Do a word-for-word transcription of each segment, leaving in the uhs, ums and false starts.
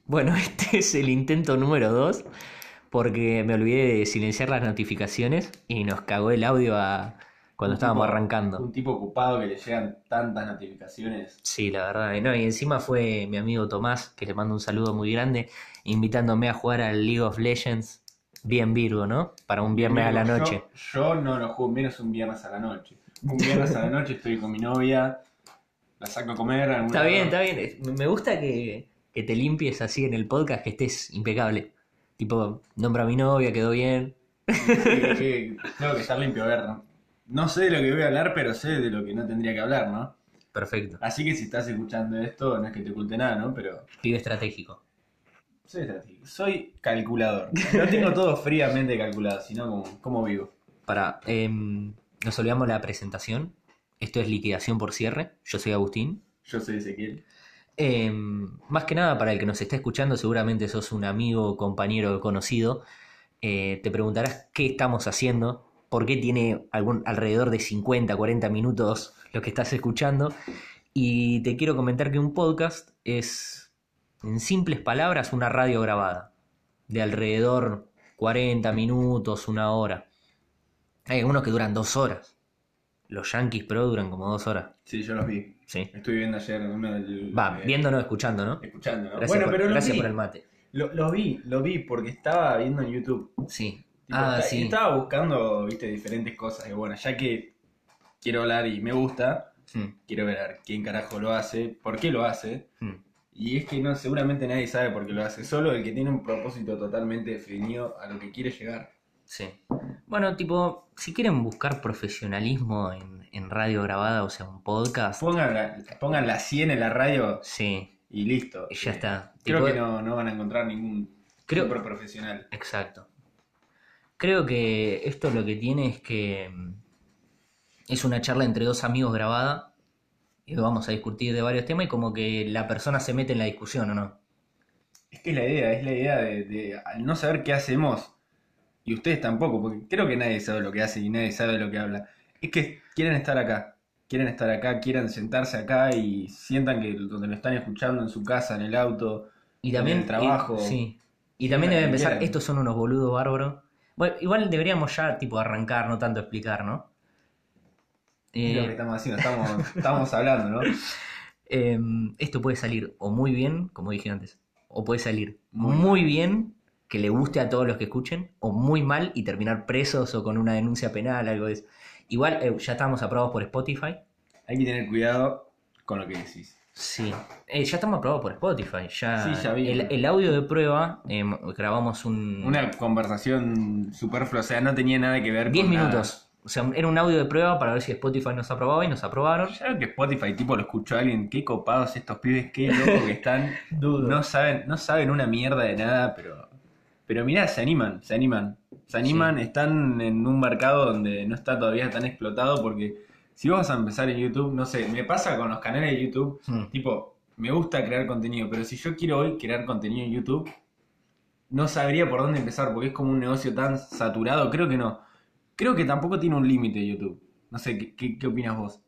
Bueno, este es el intento número dos porque me olvidé de silenciar las notificaciones y nos cagó el audio a... cuando Un estábamos tipo, arrancando. un tipo ocupado que le llegan tantas notificaciones. Sí, la verdad. Y, no, y encima fue mi amigo Tomás, que le mando un saludo muy grande, invitándome a jugar al League of Legends bien Virgo, ¿no? Para un viernes a la Yo- noche. Yo, no lo juego menos un viernes a la noche. Un viernes a la noche estoy con mi novia, la saco a comer. alguna- Está bien, está bien. Me gusta que, que te limpies así en el podcast, que estés impecable. Tipo, nombra a mi novia, quedó bien. Sí, que tengo que estar limpio, a ver. ¿no? No sé de lo que voy a hablar, pero sé de lo que no tendría que hablar, ¿no? Perfecto. Así que si estás escuchando esto, no es que te oculte nada, ¿no? Pero Pibe estratégico. soy estratégico, soy calculador. No tengo todo fríamente calculado, sino como, como vivo. Para, em, nos olvidamos la presentación. Esto es liquidación por cierre. Yo soy Agustín. Yo soy Ezequiel. Em, más que nada, para el que nos está escuchando, seguramente sos un amigo, compañero, conocido. Eh, te preguntarás qué estamos haciendo, por qué tiene algún, alrededor de cincuenta, cuarenta minutos lo que estás escuchando. Y te quiero comentar que un podcast es, en simples palabras, una radio grabada de alrededor cuarenta minutos, una hora. Hay algunos que duran dos horas. Los Yankees Pro duran como dos horas. Sí, yo los vi. Sí. Estuve viendo ayer uno del. Va, eh, viendo no escuchando, ¿no? Escuchando, ¿no? Gracias, bueno, por, pero lo gracias vi. por el mate. Lo, lo vi, lo vi porque estaba viendo en YouTube. Sí. Tipo, Ah, esta- sí. Estaba buscando, viste, diferentes cosas. Y bueno, ya que quiero hablar y me gusta, Hmm, quiero ver quién carajo lo hace, por qué lo hace. hmm. Y es que no, seguramente nadie sabe por qué lo hace. Solo el que tiene un propósito totalmente definido a lo que quiere llegar. Sí. Bueno, tipo, si quieren buscar profesionalismo en, en radio grabada, o sea, un podcast, Pongan la, pongan la cien en la radio sí, y listo. ya Eh, está. Creo Tipo, que no, no van a encontrar ningún Creo- super profesional. exacto. Creo que esto lo que tiene es que mm, es una charla entre dos amigos grabada y vamos a discutir de varios temas y como que la persona se mete en la discusión, ¿o no? Es que es la idea, es la idea de, de al no saber qué hacemos, y ustedes tampoco, porque creo que nadie sabe lo que hace y nadie sabe lo que habla. Es que quieren estar acá, quieren estar acá, quieren sentarse acá y sientan que donde lo están escuchando en su casa, en el auto, Y también en el trabajo. y- sí. Y Sí, también la deben que pensar, quieran. estos son unos boludos bárbaros. Bueno, igual deberíamos ya tipo arrancar, no tanto explicar, ¿no? Es lo que Eh, estamos haciendo, estamos, estamos hablando, ¿no? eh, esto puede salir o muy bien, como dije antes, o puede salir Muy muy, mal. bien, que le guste a todos los que escuchen, o muy mal y terminar presos o con una denuncia penal, algo de eso. Igual eh, ya estamos aprobados por Spotify. Hay que tener cuidado con lo que decís. Sí, Eh, ya estamos aprobados por Spotify. Ya, Sí, ya vi. el, el audio de prueba, eh, grabamos un... Una conversación superflua, o sea, no tenía nada que ver diez con nada. minutos. O sea, era un audio de prueba para ver si Spotify nos aprobaba y nos aprobaron. Ya que Spotify tipo lo escuchó alguien, qué copados estos pibes, qué locos que están. Dudo. No saben, no saben una mierda de nada, pero. Pero mirá, se animan, se animan. Se animan, Sí. están en un mercado donde no está todavía tan explotado, porque si vos vas a empezar en YouTube, no sé, me pasa con los canales de YouTube, Hmm. tipo, me gusta crear contenido, pero si yo quiero hoy crear contenido en YouTube, no sabría por dónde empezar, porque es como un negocio tan saturado, creo que no. Creo que tampoco tiene un límite YouTube. No sé, ¿qué, qué, qué opinas vos?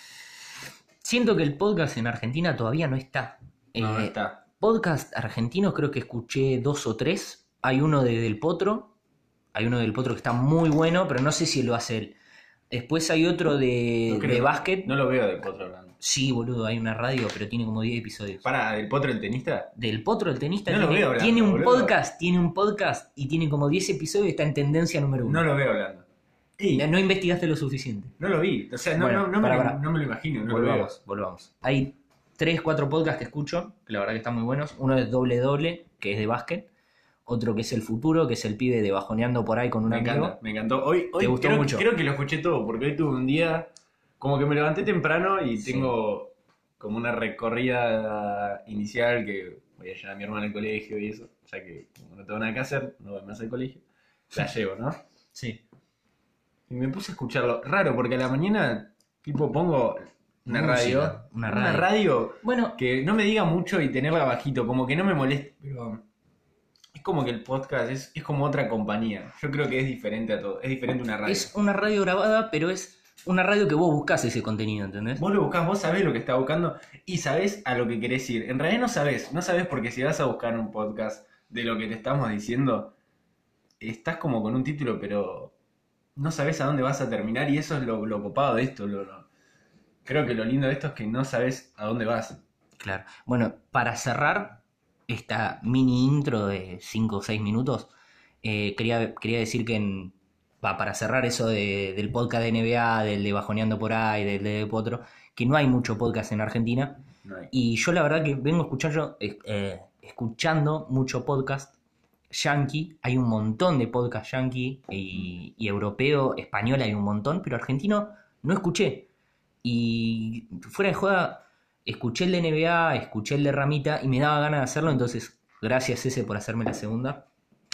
Siento que el podcast en Argentina todavía no está. No, no Eh, está. Podcast argentinos creo que escuché dos o tres. Hay uno de Del Potro. Hay uno del Potro que está muy bueno, pero no sé si lo hace él. Después hay otro de, No creo. de básquet. No lo veo del Potro hablando. Sí, boludo, hay una radio, pero tiene como diez episodios. Para, ¿del Potro el tenista? Del Potro, el tenista, No lo tiene, veo hablando, tiene un boludo. podcast, tiene un podcast y tiene como diez episodios y está en tendencia número uno. No lo veo hablando. Y No investigaste lo suficiente. no lo vi. O sea, no, Bueno, no, no, pará, me, lo- pará. no me lo imagino. No lo veo. volvamos, volvamos. Hay tres, cuatro podcasts que escucho, que la verdad que están muy buenos. Uno es Doble Doble, que es de básquet. Otro que es El Futuro, que es el pibe de bajoneando por ahí con un Me amigo. encanta, me encantó. Hoy, hoy ¿Te gustó creo, mucho? creo que lo escuché todo, porque hoy tuve un día, como que me levanté temprano y Sí. tengo como una recorrida inicial que voy a llevar a mi hermana al colegio y eso, ya que como no tengo nada que hacer, no voy más al colegio, la llevo, ¿no? Sí. Y me puse a escucharlo. Raro, porque a la mañana, tipo, pongo una Música, radio. una Una radio. radio Bueno, que no me diga mucho y tenerla bajito, como que no me moleste, pero es como que el podcast es, es como otra compañía. Yo creo que es diferente a todo, es diferente a una radio. es una radio grabada, pero es una radio que vos buscás ese contenido, ¿entendés? Vos lo buscás, vos sabés lo que estás buscando y sabés a lo que querés ir. En realidad no sabés, no sabés porque si vas a buscar un podcast de lo que te estamos diciendo, estás como con un título, pero no sabés a dónde vas a terminar y eso es lo, lo copado de esto. Lo, lo- Creo que lo lindo de esto es que no sabés a dónde vas. Claro. Bueno, para cerrar esta mini intro de cinco o seis minutos, eh, quería, quería decir que en- va, para cerrar eso de- del podcast de N B A, del de Bajoneando por ahí, del de Potro, que no hay mucho podcast en Argentina. No hay. Y yo la verdad que vengo escuchando, eh, eh, escuchando mucho podcast yankee. Hay un montón de podcast yankee y, y europeo, español hay un montón, pero argentino no escuché. Y fuera de joda, escuché el de N B A, escuché el de Ramita y me daba ganas de hacerlo, entonces gracias ese por hacerme la segunda.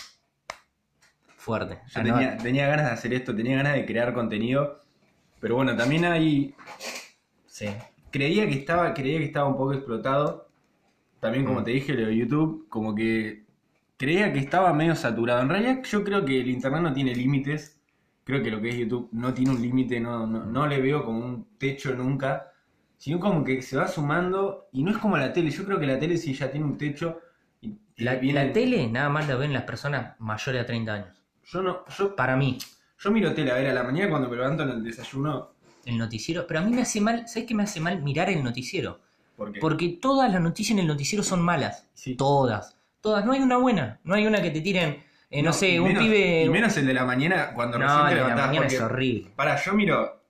Fuerte. Yo Ah, no, tenía, tenía ganas de hacer esto, tenía ganas de crear contenido, pero bueno, también hay... sí. Creía que estaba, creía que estaba un poco explotado. También como Mm. te dije, lo de YouTube, como que creía que estaba medio saturado. En realidad yo creo que el internet no tiene límites. Creo que lo que es YouTube no tiene un límite, no, no, no le veo como un techo nunca. Sino como que se va sumando y no es como la tele. Yo creo que la tele sí ya tiene un techo. Y, y La, viene- la tele nada más la ven las personas mayores a treinta años. Yo no, yo, Para mí, yo miro tele, a ver, a la mañana cuando me levanto en el desayuno. el noticiero. Pero a mí me hace mal, ¿sabes qué me hace mal mirar el noticiero? Porque, Porque todas las noticias en el noticiero son malas. Sí. Todas. Todas. No hay una buena. No hay una que te tiren, eh, no, sé, y un menos- pibe. Y menos el de la mañana cuando No, recién te el de la levantás. mañana porque- es horrible. Para, yo miro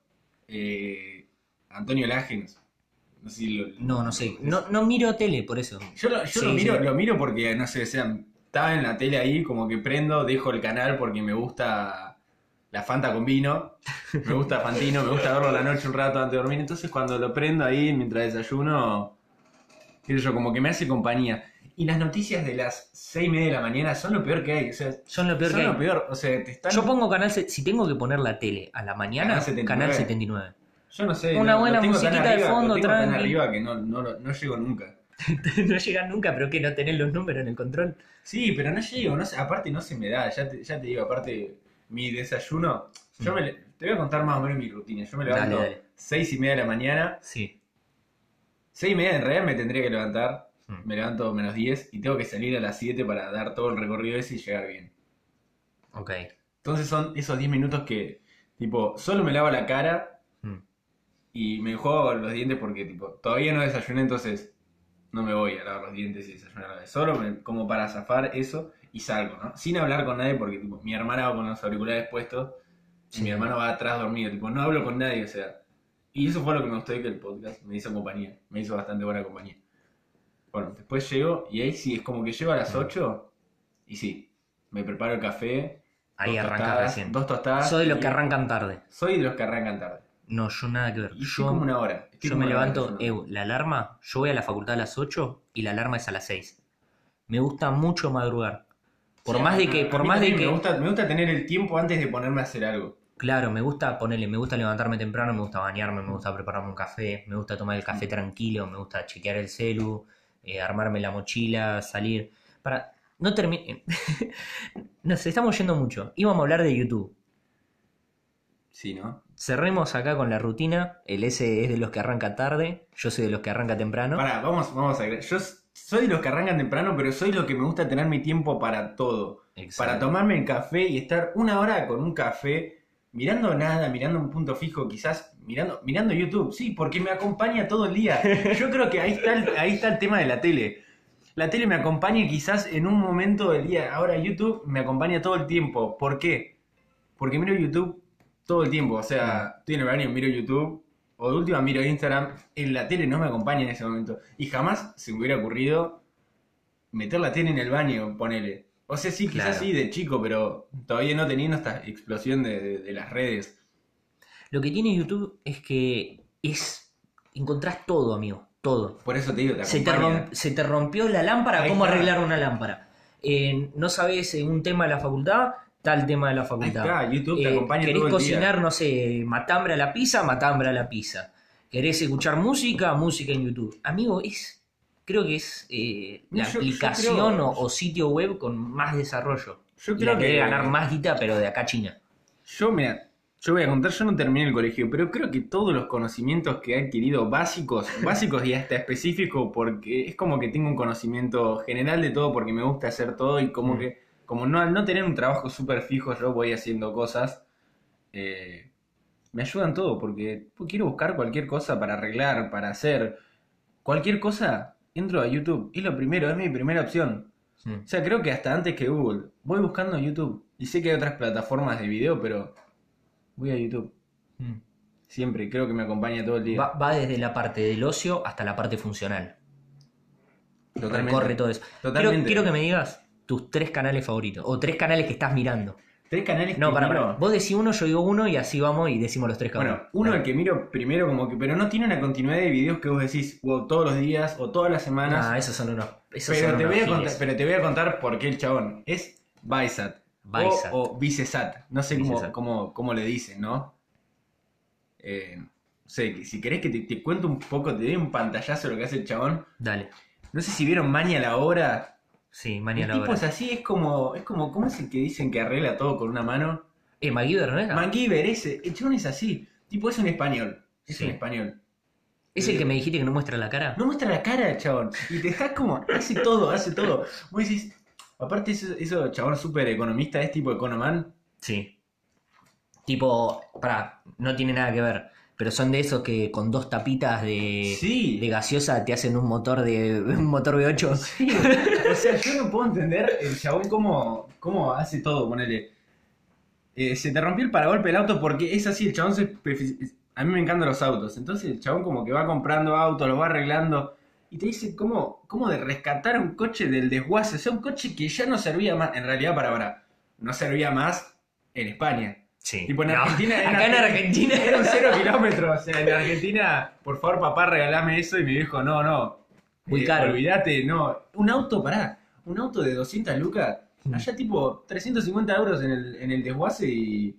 eh, Antonio Lagens. No sé si lo- No, no sé. No, no miro tele, por eso. Yo, lo, yo Sí, lo, miro, sí. lo miro porque, no sé, o sea, estaba en la tele ahí, como que prendo, dejo el canal porque me gusta la Fanta con vino, me gusta Fantino, me gusta verlo a la noche un rato antes de dormir. Entonces cuando lo prendo ahí mientras desayuno, qué sé yo, como que me hace compañía. Y las noticias de las seis y media de la mañana son lo peor que hay. O sea, Son lo peor son que lo hay. peor. O sea, te están... Yo pongo canal, se- si tengo que poner la tele a la mañana, Canal setenta y nueve. canal setenta y nueve. Yo no sé, Una lo- lo buena tengo tan musiquita de arriba, lo fondo, tengo tan tranqui. arriba que no, no, lo- no llego nunca. No llegan nunca, pero que no tenés los números en el control. Sí, pero no llego, no sé, aparte no se me da, ya te, ya te digo, aparte mi desayuno, yo me, le- te voy a contar más o menos mi rutina, yo me levanto Dale, dale. seis y media de la mañana, Sí. seis y media en realidad me tendría que levantar, Mm. me levanto menos diez y tengo que salir a las siete para dar todo el recorrido ese y llegar bien. Ok. Entonces son esos diez minutos que, tipo, solo me lavo la cara Mm. y me juego los dientes porque, tipo, todavía no desayuné, entonces no me voy a lavar los dientes y desayunar a la vez. Solo me- como para zafar eso y salgo, ¿no? Sin hablar con nadie porque, tipo, mi hermana va con los auriculares puestos y Sí. mi hermano va atrás dormido. Tipo, no hablo con nadie, o sea. Y eso fue lo que me gustó de que el podcast me hizo compañía. Me hizo bastante buena compañía. Bueno, después llego y ahí sí, es como que llego a las ocho y sí, me preparo el café. Ahí dos arrancas tostadas, recién. Dos tostadas. Soy de los y- que arrancan tarde. Soy de los que arrancan tarde. No, yo nada que ver. Y estoy Yo, como una hora. Estoy yo como me una hora levanto, desayunando. eh, la alarma, yo voy a la facultad a las ocho y la alarma es a las seis. Me gusta mucho madrugar. Por Sí, más a- de que, a por mí más de también que, Me gusta, me gusta tener el tiempo antes de ponerme a hacer algo. claro, me gusta ponerle, me gusta levantarme temprano, me gusta bañarme, me gusta prepararme un café, me gusta tomar el café tranquilo, me gusta chequear el celu, eh, armarme la mochila, salir. Para, no termine. Nos estamos yendo mucho. Íbamos a hablar de YouTube. Sí, ¿no? Cerremos acá con la rutina. El S es de los que arranca tarde, yo soy de los que arranca temprano. Pará, vamos, vamos a agregar. Yo s- soy de los que arrancan temprano, pero soy lo que me gusta tener mi tiempo para todo. Exacto. Para tomarme el café y estar una hora con un café, mirando nada, mirando un punto fijo, quizás mirando, mirando YouTube. Sí, porque me acompaña todo el día. Yo creo que ahí está el, ahí está el tema de la tele. La tele me acompaña quizás en un momento del día. Ahora YouTube me acompaña todo el tiempo. ¿Por qué? Porque miro YouTube todo el tiempo. O sea, estoy en el baño, miro YouTube. O de última miro Instagram. En la tele no me acompaña en ese momento. Y jamás se me hubiera ocurrido meter la tele en el baño, ponele. O sea, sí, quizás Claro. sí de chico, pero todavía no teniendo esta explosión de, de- de las redes. Lo que tiene YouTube es que es. Encontrás todo, amigo. Todo. Por eso te digo, te Se te, acompaña. romp- se te rompió la lámpara, Ahí ¿cómo está. arreglar una lámpara? Eh, no sabes eh, un tema de la facultad, tal tema de la Ahí facultad. está, YouTube te Eh, acompaña ¿Querés todo el cocinar, día. no sé, matambre a la pizza? Matambre a la pizza. ¿Querés escuchar música? Música en YouTube. Amigo, es. Creo que es eh, No, la yo- yo aplicación creo- o, o sitio web con más desarrollo. Yo Y creo la que que debe ganar más guita, pero de acá a China. Yo, mira, Yo voy a contar, yo no terminé el colegio, pero creo que todos los conocimientos que he adquirido básicos, básicos y hasta específicos, porque es como que tengo un conocimiento general de todo porque me gusta hacer todo y como Mm. que, como no, al no tener un trabajo súper fijo, yo voy haciendo cosas, eh, me ayudan todo porque pues, quiero buscar cualquier cosa para arreglar, para hacer cualquier cosa, entro a YouTube, es lo primero, es mi primera opción. Mm. O sea, creo que hasta antes que Google, voy buscando YouTube y sé que hay otras plataformas de video, pero voy a YouTube. Mm. Siempre, creo que me acompaña todo el día. Va, va desde la parte del ocio hasta la parte funcional. Totalmente. Recorre todo eso. Quiero, Totalmente. quiero que me digas tus tres canales favoritos. O tres canales que estás mirando. Tres canales No, que para, miro. para. Vos decís uno, yo digo uno y así vamos y decimos los tres cada Bueno, uno el que miro primero como que, pero no tiene una continuidad de videos que vos decís, wow, todos los días o todas las semanas. Ah, esos son unos. Esos pero, son te unos voy a giles. contar, pero te voy a contar por qué el chabón es Visat. Visat. O, o Vicesat. No sé cómo, Vicesat. cómo, cómo le dicen, ¿no? Eh, no sé, que si querés que te, te cuento un poco, te doy un pantallazo de lo que hace el chabón. Dale. No sé si vieron Maña la obra. Sí, El mañana tipo hora. es así, es como, es como, ¿cómo es el que dicen que arregla todo con una mano? Eh, MacGyver, ¿no era? MacGyver, ese, el chabón es así. Tipo, es un español. Es Sí. un español. ¿Es el que me dijiste que no muestra la cara? No muestra la cara, chabón. Y te dejas como, hace todo, hace todo. Vos decís, aparte eso, eso chabón súper economista, es tipo economan. Sí. Tipo, pará, no tiene nada que ver. Pero son de esos que con dos tapitas de, Sí. de gaseosa te hacen un motor de un motor V ocho. Sí. O sea, yo no puedo entender el chabón cómo, cómo hace todo, ponele. Eh, se te rompió el paragolpe del auto porque es así, el chabón se... A mí me encantan los autos. Entonces el chabón como que va comprando autos, los va arreglando. Y te dice cómo, cómo de rescatar un coche del desguace. O sea, un coche que ya no servía más. En realidad, para, para. No servía más en España. Sí. Tipo en No, Argentina. acá en Argentina. Era un cero kilómetros. O sea, en Argentina, por favor, papá, regalame eso. Y mi viejo, no, no. Muy Eh, caro. Olvídate, no. Un auto, pará. Un auto de doscientas lucas. Mm. Allá tipo trescientos cincuenta euros en el, en el desguace y,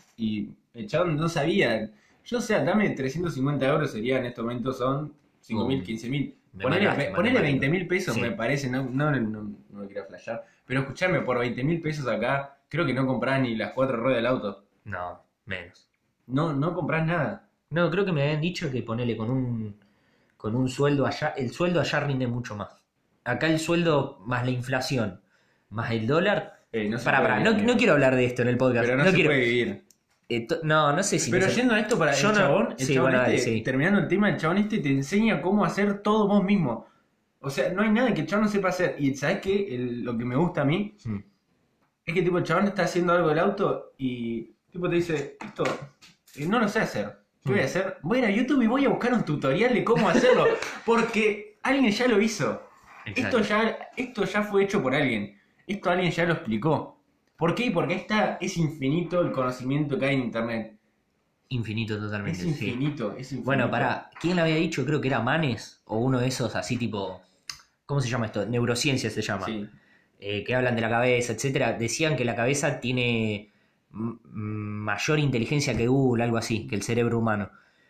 y el chabón no sabía. Yo, o sea, dame trescientos cincuenta euros, sería en este momento son cinco mil, quince mil. Me Ponele, mataste, ve- ponele matemático. veinte mil pesos, Sí. me parece, no, no, no, no me quiero flashear. Pero escucharme, por veinte mil pesos acá, creo que no comprás ni las cuatro ruedas del auto. No, menos. No, no comprás nada. No, creo que me habían dicho que ponele con un con un sueldo allá, el sueldo allá rinde mucho más. Acá el sueldo más la inflación, más el dólar. Eh, no se Pará, puede pará, vivir, no, amigo. no quiero hablar de esto en el podcast. Pero no, no se quiero. puede vivir. Eh, to- no, no sé si Pero no se- yendo a esto para Yo el no- chabón, el sí, chabón bueno, dale, este, sí. terminando el tema, el chabón este te enseña cómo hacer todo vos mismo. O sea, no hay nada que el chabón no sepa hacer. Y ¿sabes qué? El- lo que me gusta a mí Mm. es que tipo el chabón está haciendo algo del auto y tipo te dice, esto eh, no lo sé hacer. ¿Qué voy a Mm. hacer? Voy a ir a YouTube y voy a buscar un tutorial de cómo hacerlo. Porque alguien ya lo hizo. Exacto. Esto ya, esto ya fue hecho por alguien. Esto alguien ya lo explicó. ¿Por qué? Porque ahí está, es infinito el conocimiento que hay en internet. Infinito totalmente. Es sí. infinito, es infinito. Bueno, pará, ¿quién le había dicho? Creo que era Manes, o uno de esos así tipo, ¿cómo se llama esto? Neurociencia se llama. Sí. Eh, que hablan de la cabeza, etcétera. Decían que la cabeza tiene m- mayor inteligencia que Google, algo así, que el cerebro humano.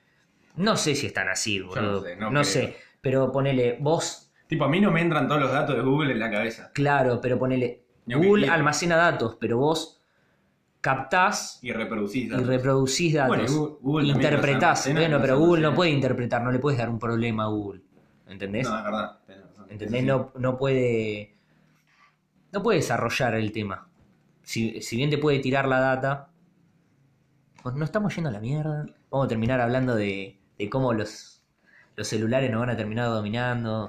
No sé si están así, no boludo. sé, no no creo. sé, pero ponele, vos, Tipo, a mí no me entran todos los datos de Google en la cabeza. claro, pero ponele, Ni aunque Google quiera. almacena datos, pero vos captás Y reproducís y datos. reproducís datos, Bueno, y Google- Google también interpretás. los almacena, Bueno, los pero Google no almacena. puede interpretar, no le puedes dar un problema a Google. ¿Entendés? No, es verdad. tenés razón. ¿Entendés? Sí. No, no puede. No puede desarrollar el tema. Si, si bien te puede tirar la data. Pues no estamos yendo a la mierda. Vamos a terminar hablando de, de cómo los, los celulares nos van a terminar dominando.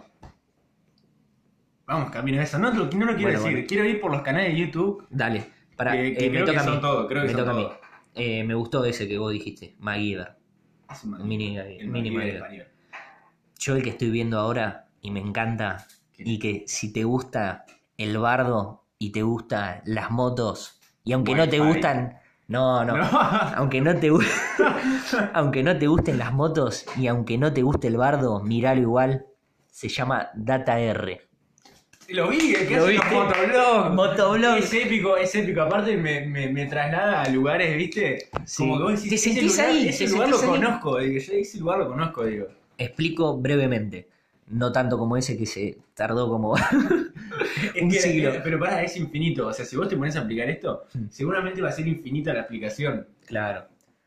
Vamos, camino a eso. No, lo- no lo quiero Bueno, decir. bueno. Quiero ir por los canales de YouTube. Dale, para, Que- que me creo toca que a mí. son todo, creo que me son toca a mí. todo. Eh, me gustó ese que vos dijiste, MacGyver. Es un El mini, el mini MacGyver MacGyver. español. Yo el que estoy viendo ahora y me encanta. ¿Quién? Y que si te gusta el bardo y te gustan las motos. Y aunque no te Wi-Fi. gustan. No, no. No. Aunque no te gu- aunque no te gusten las motos y aunque no te guste el bardo, miralo igual. Se llama Data R. Lo vi, el que ¿Lo hace los viste? motovlogs. Motovlog. Es épico, es épico. Aparte me, me, me traslada a lugares, ¿viste? Sí. Como que vos decís, Te ese sentís lugar, ahí, ese te lugar lo sentís ahí. conozco. Digo, yo ese lugar lo conozco, digo. Explico brevemente. No tanto como ese que se tardó como Es un que, siglo. eh, pero pará, es infinito. O sea, si vos te pones a aplicar esto, Hmm. seguramente va a ser infinita la aplicación. Claro.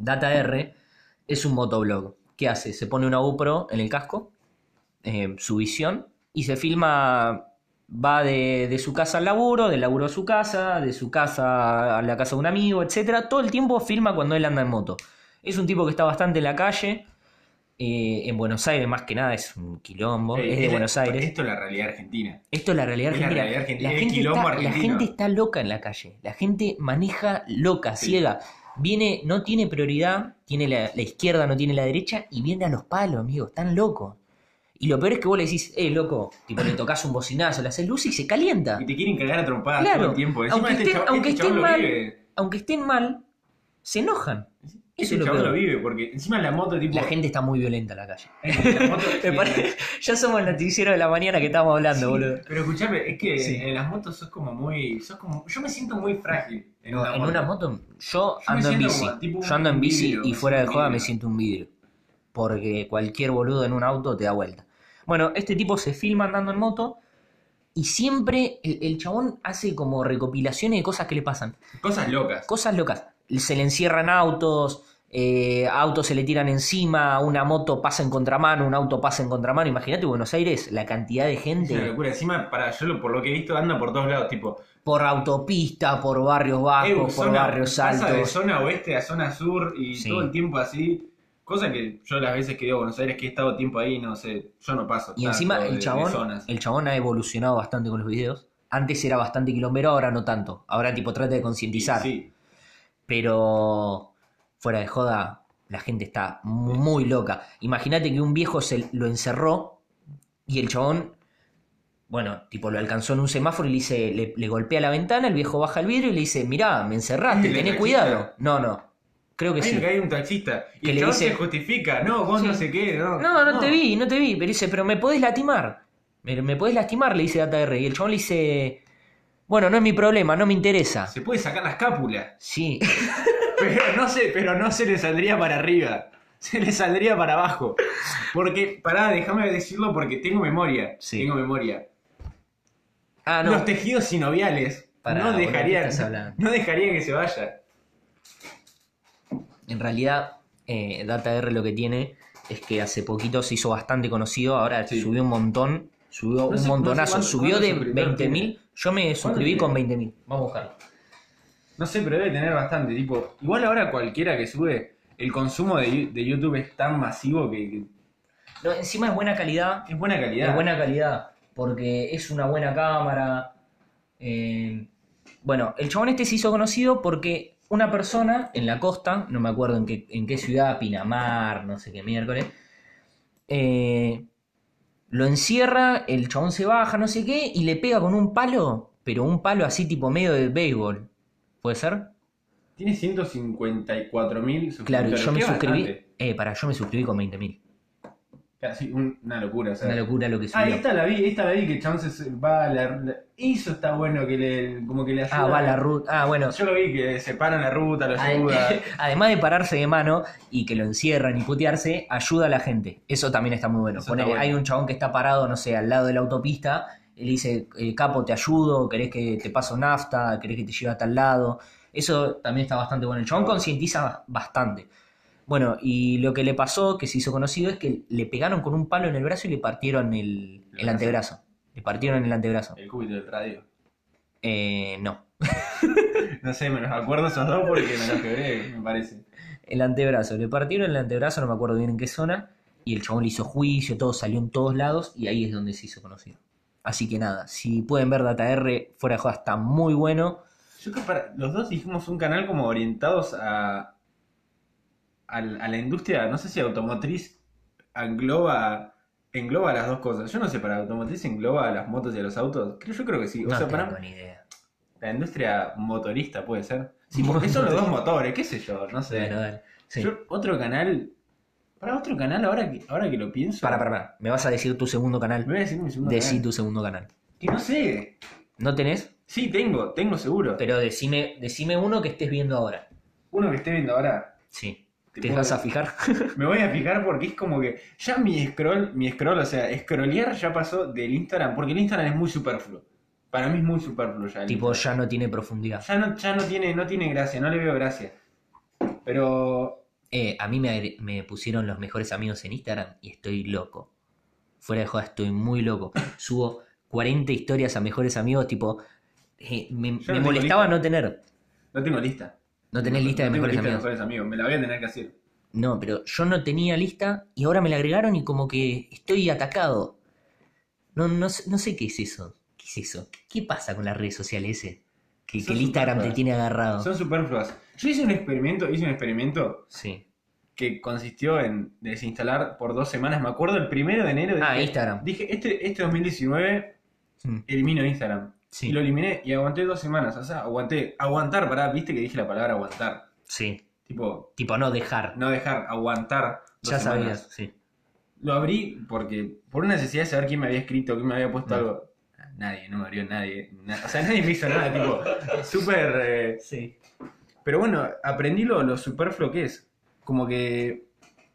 Data R es un motoblog. ¿Qué hace? Se pone una GoPro en el casco, eh, su visión, y se filma, va de, de su casa al laburo, del laburo a su casa, de su casa a la casa de un amigo, etcétera. Todo el tiempo filma cuando él anda en moto. Es un tipo que está bastante en la calle, eh, en Buenos Aires más que nada, es un quilombo, Ey, es de es la- Buenos Aires. Esto es la realidad argentina. Esto es la realidad Es la argentina. realidad argentina, La es gente, quilombo está, la argentino. gente está loca en la calle. La gente maneja loca, Sí. ciega. Viene, no tiene prioridad, tiene la, la izquierda, no tiene la derecha, y viene a los palos, amigo. Están locos. Y lo peor es que vos le decís, eh, loco, tipo le tocas un bocinazo, le haces luz y se calienta. Y te quieren cagar a trompadas Claro, todo el tiempo. Encima aunque este estén, chavo- aunque este estén chabón lo mal, vive. aunque estén mal, se enojan. Eso Ese es lo chabón peor. lo vive, porque encima la moto, tipo. La gente está muy violenta en la calle. la moto- Me parece- ya somos el noticiero de la mañana que estamos hablando, Sí, boludo. pero escuchame, es que Sí. en las motos sos como muy. Sos como, yo me siento muy frágil en No, una en moto. una moto, yo me ando en siento bici. como tipo Yo ando en un bici vidrio, y me fuera de siento un joda me vidrio. siento un vidrio. Porque cualquier boludo en un auto te da vuelta. Bueno, este tipo se filma andando en moto y siempre el, el chabón hace como recopilaciones de cosas que le pasan. Cosas locas. Cosas locas. Se le encierran autos, eh, autos se le tiran encima, una moto pasa en contramano, un auto pasa en contramano. Imagínate Buenos Aires, la cantidad de Es una gente locura. Encima, para yo lo- por lo que he visto, anda por todos lados. Tipo, por autopista, por barrios bajos, eh, por zona- barrios pasa de altos. zona oeste a zona sur y Sí. todo el tiempo así. Cosa que yo las veces que he ido a Buenos Aires, que he estado tiempo ahí, no sé, yo no paso. Y tanto encima de- el de chabón, zonas. el chabón ha evolucionado bastante con los videos. Antes era bastante quilombero, ahora no tanto. Ahora tipo trata de concientizar. Sí, Pero fuera de joda, la gente está muy loca. Imagínate que un viejo se lo encerró y el chabón, bueno, tipo lo alcanzó en un semáforo y le dice, le, le golpea la ventana, el viejo baja el vidrio y le dice, mirá, me encerraste, ¿El tené taxista? cuidado. No, no, creo que hay, sí. que hay un taxista. Y Que el le chabón dice- se justifica. No, vos Sí. no sé qué. No, No, no te vi, no te vi. Pero dice, pero me podés lastimar. Me, me podés lastimar, le dice Data R. Y el chabón le dice, bueno, no es mi problema, no me interesa. Se puede sacar la escápula. Sí. Pero no sé, pero no se le saldría para arriba. Se le saldría para abajo. Porque, pará, déjame decirlo porque tengo memoria. Sí. Tengo memoria. Ah, no. Los tejidos sinoviales Pará, no boludo, ¿qué dejarían, estás hablando? no dejarían que se vaya. En realidad, eh, Data R lo que tiene es que hace poquito se hizo bastante conocido. Ahora Sí. subió un montón. Subió No un sé- montonazo. no sé cuánto- subió cuántos de suscriptores veinte mil. Yo me suscribí tiene? con veinte mil. Vamos a buscarlo. No sé, pero debe tener bastante. Tipo, igual ahora cualquiera que sube, el consumo de, Yu- de YouTube es tan masivo que, que No, encima es buena calidad. es buena calidad. De buena calidad, porque es una buena cámara. eh, Bueno, el chabón este se hizo conocido porque una persona en la costa, no me acuerdo en qué, en qué ciudad, Pinamar, no sé qué miércoles, eh, lo encierra, el chabón se baja, no sé qué, y le pega con un palo, pero un palo así tipo medio de béisbol. ¿Puede ser? Tiene ciento cincuenta y cuatro mil Claro, y suscriptores. yo me que es suscribí. bastante. Eh, para, yo me suscribí con veinte mil. Casi un- una locura, o sea. Una locura lo que Ah, subió. esta la vi, esta la vi que Chance se- va a la, la- eso está bueno que le como que le ayuda. Ah, va la ruta. Ah, bueno. Yo lo vi que se para en la ruta, lo Ade- ayuda. Además de pararse de mano y que lo encierran y putearse, ayuda a la gente. Eso también está muy bueno. Eso Ponele, está bueno. hay un chabón que está parado, no sé, al lado de la autopista, y le dice, eh, capo, te ayudo, querés que te paso nafta, querés que te lleve a tal lado. Eso también está bastante bueno. El chabón concientiza bastante. Bueno, y lo que le pasó, que se hizo conocido, es que le pegaron con un palo en el brazo y le partieron el, el antebrazo. Le partieron el antebrazo. El cúbito del radio. Eh, no. No sé, me los acuerdo esos dos porque me los quebré, me parece. El antebrazo, le partieron el antebrazo, no me acuerdo bien en qué zona, y el chabón le hizo juicio, todo salió en todos lados, y ahí es donde se hizo conocido. Así que nada, si pueden ver Data R, fuera de joda, está muy bueno. Yo creo que para, los dos dijimos un canal como orientados a, a, a la industria, no sé si automotriz engloba, engloba las dos cosas. Yo no sé, para automotriz engloba a las motos y a los autos. Creo, yo creo que sí. O No sea, tengo para ni idea. la industria motorista puede ser. Sí, porque son los dos motores, qué sé yo, no sé. Bueno, dale. Sí. Yo, otro canal. Para otro canal, ahora que, ahora que lo pienso. Para, para, para. ¿Me vas a decir tu segundo Me canal? voy a decir mi segundo Decí canal. tu segundo canal. Que no sé. ¿No tenés? Sí, tengo, tengo seguro. Pero decime, decime uno que estés viendo ahora. Uno que esté viendo ahora. Sí. Te ¿Te puedo- vas a fijar? Me voy a fijar porque es como que ya mi scroll, mi scroll, o sea, scrollear ya pasó del Instagram, porque el Instagram es muy superfluo. Para mí es muy superfluo ya. el Tipo, Instagram. ya no tiene profundidad. Ya no, ya no tiene, no tiene gracia, no le veo gracia. Pero Eh, a mí me, agre- me pusieron los mejores amigos en Instagram y estoy loco. Fuera de joda, estoy muy loco. Subo cuarenta historias a mejores amigos, tipo, eh, me, Yo me no tengo molestaba lista. no tener. No tengo lista. No tenés lista de No tengo mejores lista de amigos. mejores amigos. Me la voy a tener que hacer. No, pero yo no tenía lista y ahora me la agregaron y como que estoy atacado. No, no, sé- no sé qué es eso. ¿Qué es eso? ¿Qué, qué pasa con las redes sociales ese? Que, que Son el Instagram te superfluas. tiene agarrado. Son superfluas. Yo hice un experimento, hice un experimento Sí. que consistió en desinstalar por dos semanas. Me acuerdo el primero de enero. Ah, dije, Instagram. Dije, este, este dos mil diecinueve Mm, elimino Instagram. Sí. Y lo eliminé y aguanté dos semanas. O sea, aguanté. Aguantar, pará, viste que dije la palabra aguantar. Sí. Tipo, Tipo, no dejar. no dejar, aguantar. dos Ya semanas. sabías, sí. Lo abrí porque, por una necesidad de saber quién me había escrito, quién me había puesto Mm. algo. Nadie, no me abrió nadie. Na- o sea, nadie me hizo nada, tipo, súper. eh, Sí. Pero bueno, aprendí lo, lo superfluo que es. Como que.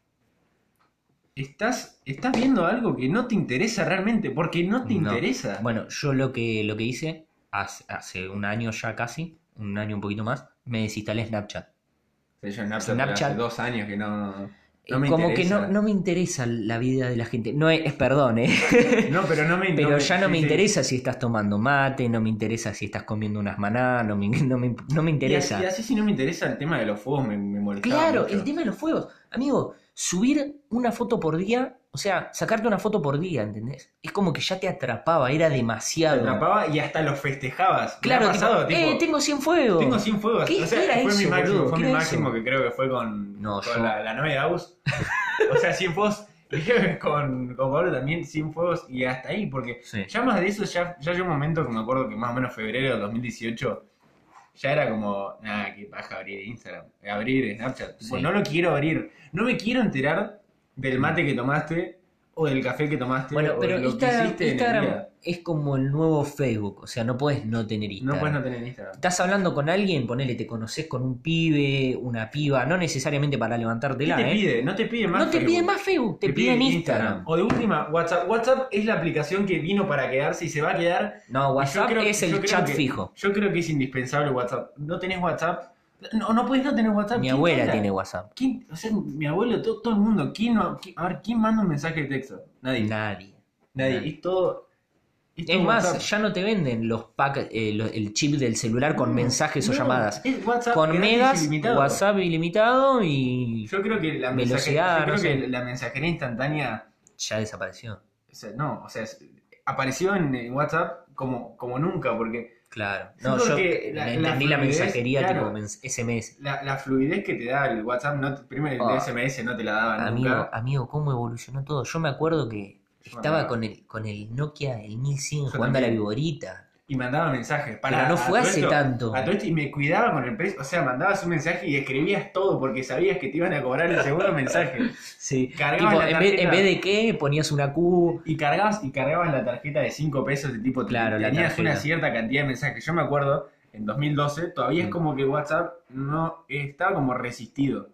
Estás, estás viendo algo que no te interesa realmente, porque no te No. interesa. Bueno, yo lo que, lo que hice hace, hace un año ya casi, un año un poquito más, me desinstalé Snapchat. O sea, yo en Snapchat, Snapchat- hace dos años que no, no, no me Como interesa. que no, no me interesa la vida de la gente. No es, es perdón, ¿eh? No, pero no me Pero me- ya no sí, me sí. interesa si estás tomando mate, no me interesa si estás comiendo unas maná, no me, no me, no me Y interesa. así, y así si no me interesa el tema de los fuegos, me, me molestaba Claro, mucho. el tema de los fuegos. Amigo, subir una foto por día, o sea, sacarte una foto por día, ¿entendés? Es como que ya te atrapaba, era Te demasiado. atrapaba y hasta los festejabas. Me Claro, ha pasado, tipo, tipo, eh, tengo cien fuegos. tengo cien fuegos. ¿Qué O sea, era fue mi eso, máximo, boludo? fue ¿Qué mi era máximo eso? que creo que fue con, No, con yo- la, la novia de Aus. O sea, cien fuegos. Creo que con, con Pablo también cien fuegos y hasta ahí, porque Sí. ya más de eso, ya, ya llegó un momento que me acuerdo que más o menos febrero del dos mil dieciocho, ya era como, nada, qué paja abrir Instagram, abrir Snapchat. Tipo, Sí. no lo quiero abrir, no me quiero enterar del mate que tomaste o del café que tomaste Bueno, o pero de lo Instagram, que hiciste en el Instagram día. es como el nuevo Facebook, o sea, no puedes no tener Instagram. No puedes no tener Instagram. Estás hablando con alguien, ponele, te conoces con un pibe, una piba, no necesariamente para ¿Qué levantártela, te ¿eh? pide? No te pide más No te Facebook. piden más Facebook, te, piden Instagram. O de última, WhatsApp. WhatsApp es la aplicación que vino para quedarse y se va a quedar. No, Y yo WhatsApp creo- es yo el creo chat que- fijo. Yo creo que es indispensable WhatsApp. ¿No tenés WhatsApp? No, no puedes no tener WhatsApp. Mi ¿Quién abuela habla? tiene WhatsApp. ¿Quién? O sea, mi abuelo, todo, todo el mundo. ¿Quién no? qui- A ver, ¿quién manda un mensaje de texto? Nadie. Nadie. Nadie. nadie. Es todo. Es, Es todo más, WhatsApp. ya no te venden los pack, eh, lo- el chip del celular con No, mensajes o no, llamadas. es WhatsApp Con gratis megas, ilimitado. WhatsApp ilimitado y Yo creo que la, Velocidad, mensajería, yo creo no sé. que la mensajería instantánea. ya desapareció. O sea, no, o sea, es- apareció en, en WhatsApp como, como nunca, porque Claro. Yo No, creo yo que la- me la entendí la, fluidez, mensajería claro. tipo mens- S M S. la, la fluidez que te da el WhatsApp, no te- primero el Ah. S M S no te la daba Amigo, nunca. amigo, ¿cómo evolucionó todo? Yo me acuerdo que Yo estaba mandaba. con el, con el Nokia, el mil cien, Yo jugando a la también. viborita. Y mandaba mensajes. Para, Pero no a fue todo hace esto- tanto. A todo esto y me cuidaba con el precio. O sea, mandabas un mensaje y escribías todo porque sabías que te iban a cobrar el segundo mensaje. Sí. Cargabas Tipo, la en vez, en tarjeta. vez de qué, ponías una Q. Y cargabas, y cargabas la tarjeta de cinco pesos de tipo, Claro, la tenías tarjeta. una cierta cantidad de mensajes. Yo me acuerdo, en dos mil doce, todavía es Mm. como que WhatsApp no estaba como resistido.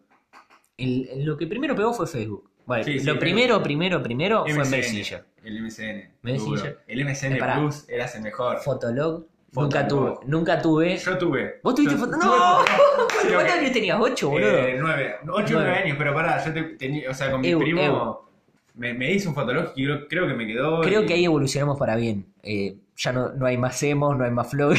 El- lo que primero pegó fue Facebook. Bueno, Sí, sí, lo Facebook. primero, primero, primero fue M S N, Messenger. El M S N. Messenger. duro. El M S N Eh, pará. Plus era el mejor. Fotolog. Fotolog. Nunca tuve. Nunca tuve. Yo tuve. ¿Vos tuviste Yo- foto? tuve ¡No! Fotolog. Sí, ¿Cuántos ok. años tenías? ¿Ocho, boludo? Eh, nueve. Ocho o Nueve. nueve años, pero pará, yo te, tenía, o sea, con mi Eu, primo eu. Me, me hice un fotolog y creo, creo que me quedó. Creo y- que ahí evolucionamos para bien. Eh, ya no, no hay más emos, no hay más flog.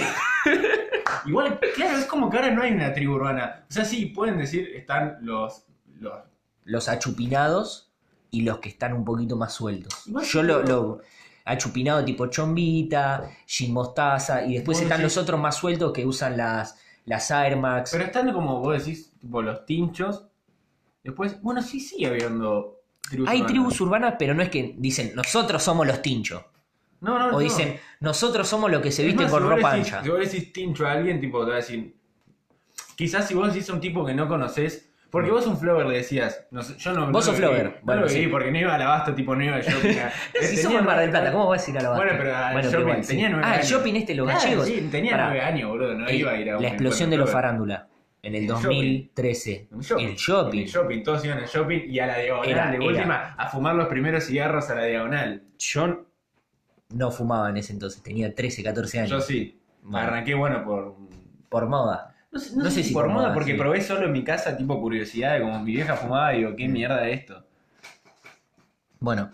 Igual, claro, es como que ahora no hay una tribu urbana. O sea, sí, pueden decir, están los. los Los achupinados y los que están un poquito más sueltos. Igual Yo sí, lo, pero- lo achupinado tipo chombita, gin mostaza, y después Vos están decís- los otros más sueltos que usan las, las Air Max. pero están como vos decís, tipo los tinchos. Después, bueno, sí sigue habiendo tribus Hay urbanas. tribus urbanas, pero no es que dicen nosotros somos los tinchos. No, no, O no. dicen nosotros somos los que se Es visten más, con si vos ropa decís- ancha. Si vos decís tincho a alguien, tipo, te va a decir. Quizás si vos decís a un tipo que no conoces. Porque vos un flogger le decías. No sé, yo no. Vos no sos lo viví, flogger, No bueno, lo viví sí. porque no iba al abasto, tipo, no iba al shopping. a- Si tenía somos en Mar del nueve- Plata, ¿cómo vas a ir a la Bueno, pero al Bueno, shopping igual, sí. tenía nueve Ah, el años. shopping este, los Claro, gallegos. Sí, tenía Pará. nueve años, boludo. No El- iba a ir a un la explosión de encuentro los flogger. farándula. En el El dos shopping. mil trece. Un shopping. El shopping. En el shopping, todos iban al shopping y a la diagonal, Era- de era. última, a fumar los primeros cigarros a la diagonal. Yo no fumaba en ese entonces, tenía trece, catorce años. Yo sí. Bueno. Arranqué, bueno, por. Por moda. No sé, no No sé sé si si por por moda, moda, porque sí. probé solo en mi casa, tipo curiosidad, de como mi vieja fumaba y digo, ¿qué mierda es esto? Bueno,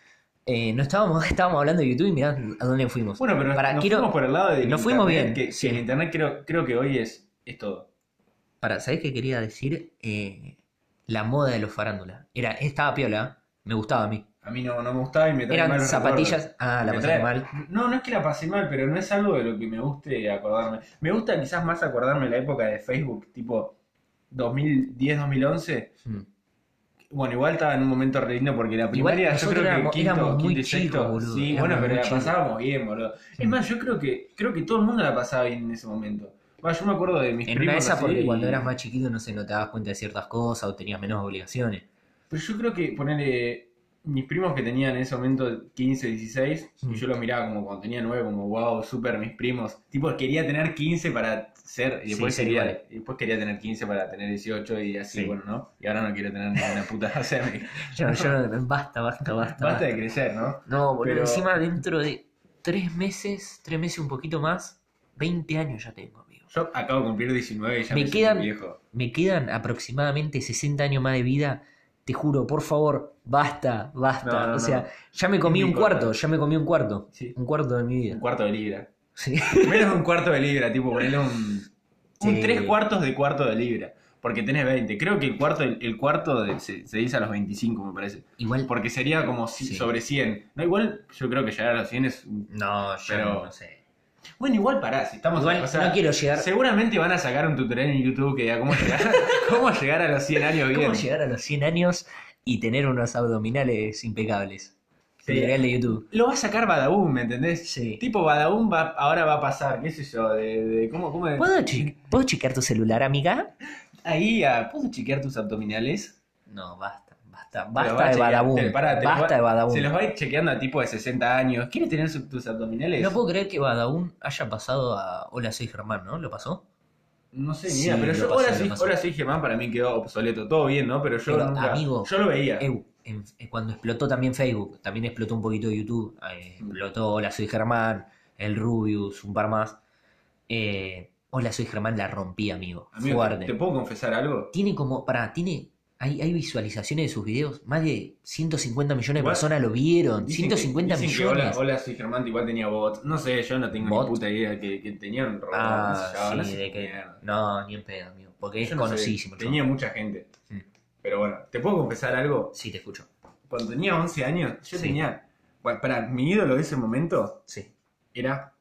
eh, no estábamos, estábamos hablando de YouTube y mirá a dónde fuimos. Bueno, pero Para, nos quiero, fuimos por el lado del nos fuimos internet, bien, que, sí. que el internet creo, creo que hoy es, es todo. Para, ¿sabés qué quería decir? Eh, la moda de los farándulas. Era, estaba piola, me gustaba a mí. A mí no, no me gustaba y me trae Eran malos zapatillas. recuerdos. Ah, Y la me pasaste trae- mal. No, no es que la pasé mal, pero no es algo de lo que me guste acordarme. Me gusta quizás más acordarme la época de Facebook, tipo dos mil diez, dos mil once. Mm. Bueno, igual estaba en un momento re lindo porque la primaria yo nosotros creo que éramos- quinto, éramos muy quinto y chicos, sexto. boludo, Sí, éramos bueno, pero muy la chicos. pasábamos bien, boludo. Es más, yo creo que creo que todo el mundo la pasaba bien en ese momento. Bueno, yo me acuerdo de mis En una primos de esas, así, porque y- cuando eras más chiquito no sé, no te dabas cuenta de ciertas cosas o tenías menos obligaciones. Pero yo creo que ponerle mis primos que tenían en ese momento quince, dieciséis, Mm. y yo los miraba como cuando tenía nueve, como wow, súper mis primos. Tipo, quería tener quince para ser, y después, Sí, ser quería, igual. y después quería tener quince para tener dieciocho y así, Sí. bueno, ¿no? Y ahora no quiero tener ninguna puta. O sea, me- Yo, yo no- basta, basta, basta. basta de crecer, ¿no? No, boludo, Pero- encima dentro de tres meses, tres meses un poquito más, veinte años ya tengo, amigo. Yo acabo de cumplir diecinueve y ya me, Me siento quedan, viejo. me quedan aproximadamente sesenta años más de vida. Te juro, por favor, basta, basta. No, no, o sea, no. ya me comí Es un muy cuarto, corta. ya me comí un cuarto. Sí. Un cuarto de mi vida. Un cuarto de libra. Sí. Menos de un cuarto de libra, tipo, ponerle un, un Sí. tres cuartos de cuarto de libra. Porque tenés veinte. Creo que el cuarto, el cuarto de- se, se dice a los veinticinco, me parece. Igual. Porque sería como si- Sí. sobre cien. No, igual yo creo que llegar a los cien es... un- No, yo Pero- no sé. Bueno, igual pará, si estamos... Igual o sea, no quiero llegar. Seguramente van a sacar un tutorial en YouTube que diga cómo llegar, cómo llegar a los cien años bien. ¿Cómo llegar a los cien años y tener unos abdominales impecables? Sí. Tutorial de YouTube. Lo va a sacar Badaboom, ¿me entendés? Sí. Tipo Badaboom va, ahora va a pasar, qué sé yo, de... de ¿cómo, cómo de- ¿Puedo, che- ¿Puedo chequear tu celular, amiga? Ahí, a, ¿puedo chequear tus abdominales? No, basta, basta, Te los basta va a de chequear, Badaboom. te- pará, te los Basta va- de Badaboom. Se los va a ir chequeando a tipo de sesenta años. ¿Quieres tener su- tus abdominales? No puedo creer que Badaboom haya pasado a Hola, soy Germán, ¿no? ¿Lo pasó? No sé, Sí, mira, pero lo yo pasó, ahora lo sí, pasó. ahora sí Germán para mí quedó obsoleto. Todo bien, ¿no? Pero yo Pero, nunca... amigo, yo lo veía. Eu, en- en- cuando explotó también Facebook, también explotó un poquito YouTube. eh, explotó Hola, soy Germán, el Rubius, un par más. Eh, Hola, soy Germán la rompí, amigo. Amigo, Fuerte. ¿te puedo confesar algo? Tiene como, pará, tiene, hay, hay visualizaciones de sus videos, más de ciento cincuenta millones de Igual, personas lo vieron, Dicen ciento que- cincuenta dicen que millones. hola, hola, soy Germán, igual tenía bot. No sé, yo no tengo ¿Bot? ni puta idea que, que tenía un robot. Ah, no sé yo, sí, no sé de qué que, mierda. no, ni en pedo, amigo, porque es Yo no sé, conocidísimo. el tenía chabón. mucha gente. Mm. Pero bueno, ¿te puedo confesar algo? Sí, te escucho. Cuando tenía once años, yo Sí. tenía... Bueno, para mi ídolo de ese momento Sí. era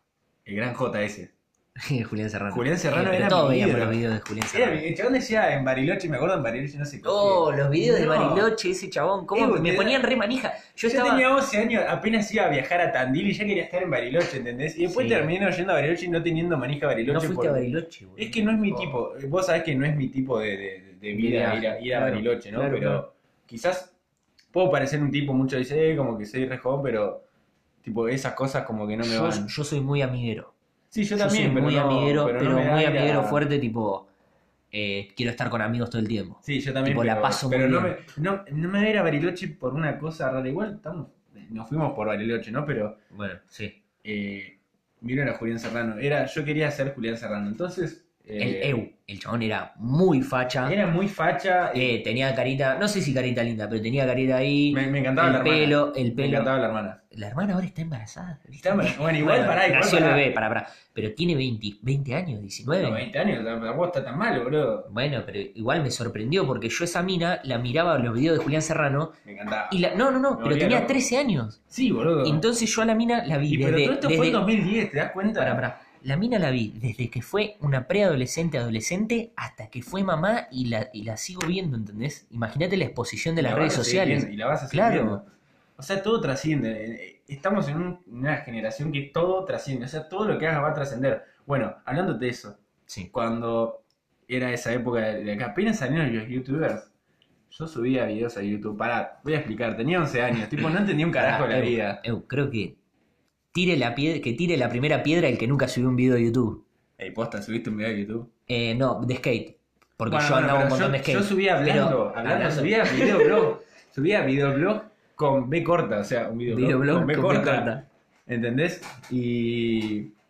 el gran J S. Julián Serrano. Julián Serrano pero era todos mi veíamos ídolo. los videos de Julián Era, Serrano. el chabón decía en Bariloche, me acuerdo en Bariloche, no sé qué. Oh, los videos de No. Bariloche, ese chabón, cómo Evo, me te da- ponían re manija. Yo Yo, estaba. tenía once años, apenas iba a viajar a Tandil y ya quería estar en Bariloche, ¿entendés? Y después Sí. terminé yendo a Bariloche y no teniendo manija a Bariloche. No fuiste por- a Bariloche, boludo. Es que no es mi Oh. tipo, vos sabés que no es mi tipo de, de- de vida Viaje, ir a, ir a claro, Bariloche, ¿no? claro, pero claro. quizás puedo parecer un tipo, mucho dice, eh, como que soy re joven, pero tipo esas cosas como que no me yo, van. yo soy muy amiguero. Sí, yo Yo también, soy pero muy no- amiguero, pero, pero no me da muy ir a- amiguero fuerte, tipo. eh, quiero estar con amigos todo el tiempo. Sí, yo también. Tipo, la pero, paso muy pero no, bien. me, no, no me voy a ir a Bariloche por una cosa rara. Igual estamos, nos fuimos por Bariloche, ¿no? Pero Bueno, sí. eh, miro a Julián Serrano. Era, yo quería ser Julián Serrano. Entonces. El eh, Eu, el chabón era muy facha. Era muy facha. Eh, tenía carita, no sé si carita linda, pero tenía carita ahí. me, me encantaba el la hermana. pelo, el Me pelo. encantaba la hermana. La hermana ahora está embarazada. ¿viste? Está embarazada. Bueno, igual, pará, igual, Nació pará. el bebé, pará, pará. Pero tiene veinte, veinte años, diecinueve. Bueno, veinte años, tampoco está tan mal, boludo. Bueno, pero igual me sorprendió porque yo esa mina la miraba en los videos de Julián Serrano Me encantaba. y la. No, no, no, Me pero volvía tenía loco. trece años. Sí, boludo. Entonces yo a la mina la vi y pero desde. todo esto fue desde- en dos mil diez, ¿te das cuenta? Pará, pará. La mina la vi desde que fue una preadolescente, adolescente, hasta que fue mamá y la, y la sigo viendo, ¿entendés? Imagínate la exposición de Y las la redes vas a seguir sociales. viendo, y la vas a seguir Claro. viendo. O sea, todo trasciende. Estamos en un- una generación que todo trasciende. O sea, todo lo que hagas va a trascender. Bueno, hablándote de eso, Sí. cuando era esa época de de que apenas salieron los youtubers, yo subía videos a YouTube. Pará, voy a explicar. Tenía once años, tipo, no entendía un carajo de la Pará, Eu, vida. Eu, creo que tire la piedra, que tire la primera piedra el que nunca subió un video de YouTube. Ey, posta, ¿subiste un video de YouTube? Eh, no, de skate. Porque Bueno, yo bueno, andaba un pero montón yo, de skate. yo subía hablando, Pero, hablando, hablando- subía videoblog, subía videoblog con B corta, o sea, un videoblog, Videoblog con B con B corta, corta. ¿entendés? Y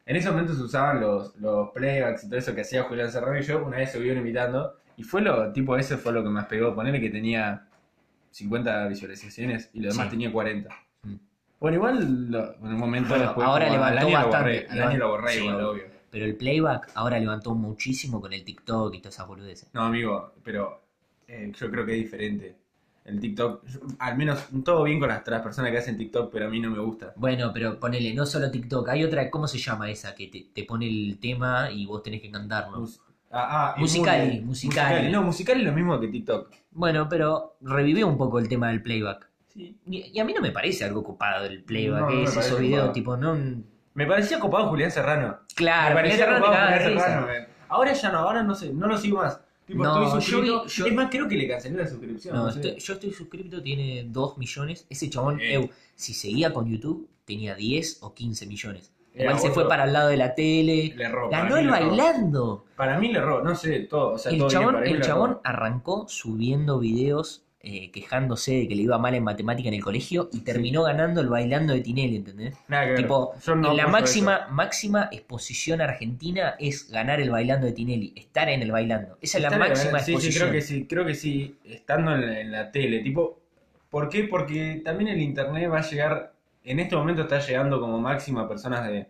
En ese momento se usaban los, los playbacks y todo eso que hacía Julián Serrano y yo. Una vez subieron imitando. Y fue lo, tipo, ese fue lo que más pegó. Ponerle que tenía cincuenta visualizaciones y lo demás Sí. tenía cuarenta. Mm. Bueno, igual lo- en un momento Bueno, después. ahora como al levantó año lo bastante. borré, al año lo borré Sí, igual, obvio. obvio. Pero el playback ahora levantó muchísimo con el TikTok y todas esas boludeces. No, amigo, pero eh, yo creo que es diferente. El TikTok, yo- al menos todo bien con las otras personas que hacen TikTok, pero a mí no me gusta. Bueno, pero ponele, no solo TikTok, hay otra, ¿cómo se llama esa? Que te, te pone el tema y vos tenés que cantarlo. Mus- ah, ah, Musicali, Emule. Musicali. No, Musicali es lo mismo que TikTok. Bueno, pero revivió un poco el tema del playback. Sí. Y, y a mí no me parece algo copado el playback, No, no me es parece esos videos copado. tipo, no... Me parecía copado Julián Serrano. Claro, me parecía Julián Serrano te copado cagaba de Julián risa. Serrano. me- Ahora ya no, ahora no sé, no lo sigo más. Tipo, No, estoy yo vi- suscrito. yo- Es más, creo que le cancelé la suscripción. No, no sé. estoy- yo estoy suscrito, tiene dos millones. Ese chabón, Eh. eu, si seguía con YouTube, tenía diez o quince millones. Era Igual se otro- fue para el lado de la tele. Le erró, para Ganó mí el le erró. bailando. Para mí le erró, no sé, todo. O sea, El todo bien, chabón, para mí el le chabón erró. arrancó subiendo videos eh, quejándose de que le iba mal en matemática en el colegio y terminó ganando el bailando de Tinelli, ¿entendés? Nada que ver. Tipo, Yo no en la apoyo máxima, eso. máxima exposición argentina es ganar el bailando de Tinelli, estar en el bailando. Esa es la Está máxima bien, sí, exposición. sí, creo que sí, creo que sí, estando en la, en la tele, tipo, ¿por qué? Porque también el internet va a llegar, en este momento está llegando como máximo a personas de,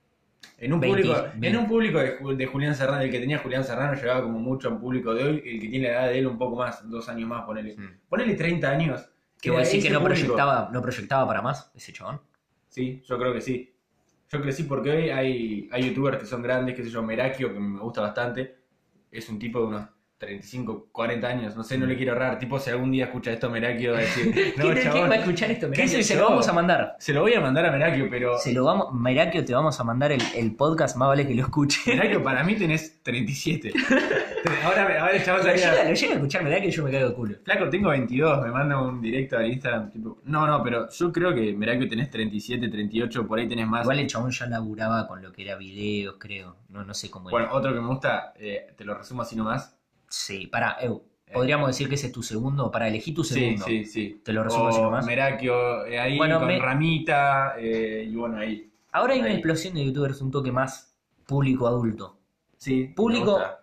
en un veinte, público, veinte. en un público de, Ju- de Julián Serrano, el que tenía Julián Serrano llegaba como mucho a un público de hoy, el que tiene la edad de él un poco más, dos años más, ponele, Mm. ponele treinta años. ¿Que vos decís ese que no público- proyectaba, no proyectaba para más ese chabón? Sí, yo creo que sí. Yo creo que sí, porque hoy hay, hay youtubers que son grandes, qué sé yo, Merakio, que me gusta bastante. Es un tipo de unos treinta y cinco, cuarenta años, no sé, no le quiero errar. Tipo, si algún día escucha esto Merakio, va a decir, no, ¿Quién, chabón, quién va a escuchar esto? ¿qué Merakio? sé Se yo? lo vamos a mandar. se lo voy a mandar a Merakio, pero Se lo vamos, Merakio, te vamos a mandar el, el podcast, más vale que lo escuche. Merakio para mí tenés treinta y siete. ahora, ahora el chabón Lo llega, salía, lo llega a escuchar Merakio y yo me caigo de culo. flaco, tengo veintidós, me manda un directo al Instagram, tipo, no, no, pero yo creo que Merakio tenés treinta y siete, treinta y ocho, por ahí tenés más. Igual el chabón ya laburaba con lo que era videos, creo. No, no sé cómo era. Bueno, otro que me gusta, eh, te lo resumo así nomás. Sí, para, podríamos decir que ese es tu segundo, para elegir tu segundo. Sí, sí, sí. Te lo resumo así O nomás. Merakio eh, ahí Bueno, con me- Ramita eh, y bueno, ahí. Ahora hay una Ahí. explosión de youtubers un toque más público adulto. Sí, me Público gusta.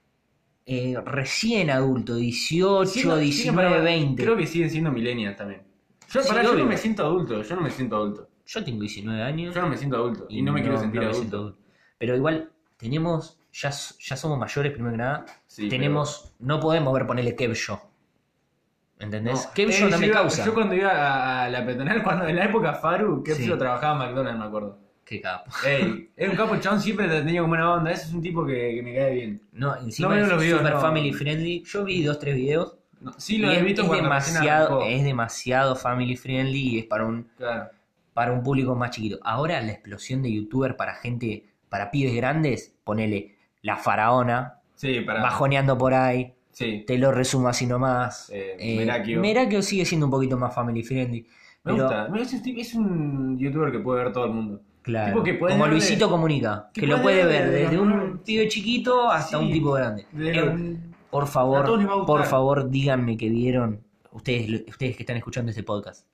eh, recién adulto, dieciocho, Siendo- diecinueve, siguen- veinte. Creo que siguen siendo millennials también. Yo, Sí, pará, yo obvio. no me siento adulto, yo no me siento adulto. Yo tengo diecinueve años. Yo no me siento adulto y, no me quiero sentir me adulto. siento adulto. Pero igual tenemos, ya, ya somos mayores primero que nada. Sí, tenemos, no podemos ver ponerle Kev Show. pero- ¿Entendés? No, Kev eh, Show no yo me iba- causa. Yo cuando iba a, a la peatonal, cuando en la época Faru, que Sí. yo trabajaba en McDonald's, me acuerdo. Qué capo. Ey, es un capo, el chabón siempre tenía como buena onda. Ese es un tipo que, que me cae bien. No, encima No veo es los videos, super no. family friendly. Yo vi dos, tres videos. No, sí Y lo es, he visto es cuando recién demasiado, arrancó. es demasiado family friendly y es para un, Claro. para un público más chiquito. Ahora la explosión de youtuber para gente, para pibes grandes, ponele La Faraona, Sí, para. bajoneando por ahí, Sí. te lo resumo así nomás. Eh, Eh, Merakio. Merakio sigue siendo un poquito más family friendly. Me pero, gusta. Es un, tip- es un youtuber que puede ver todo el mundo. Claro, Tipo que puede como ver de- Luisito Comunica, que, que lo puede puede ver ver de desde los un nueve- pibe chiquito hasta Sí, un tipo grande. de Eh, los- Por A favor, todos les va a gustar. por favor, díganme que vieron, ustedes, ustedes que están escuchando este podcast,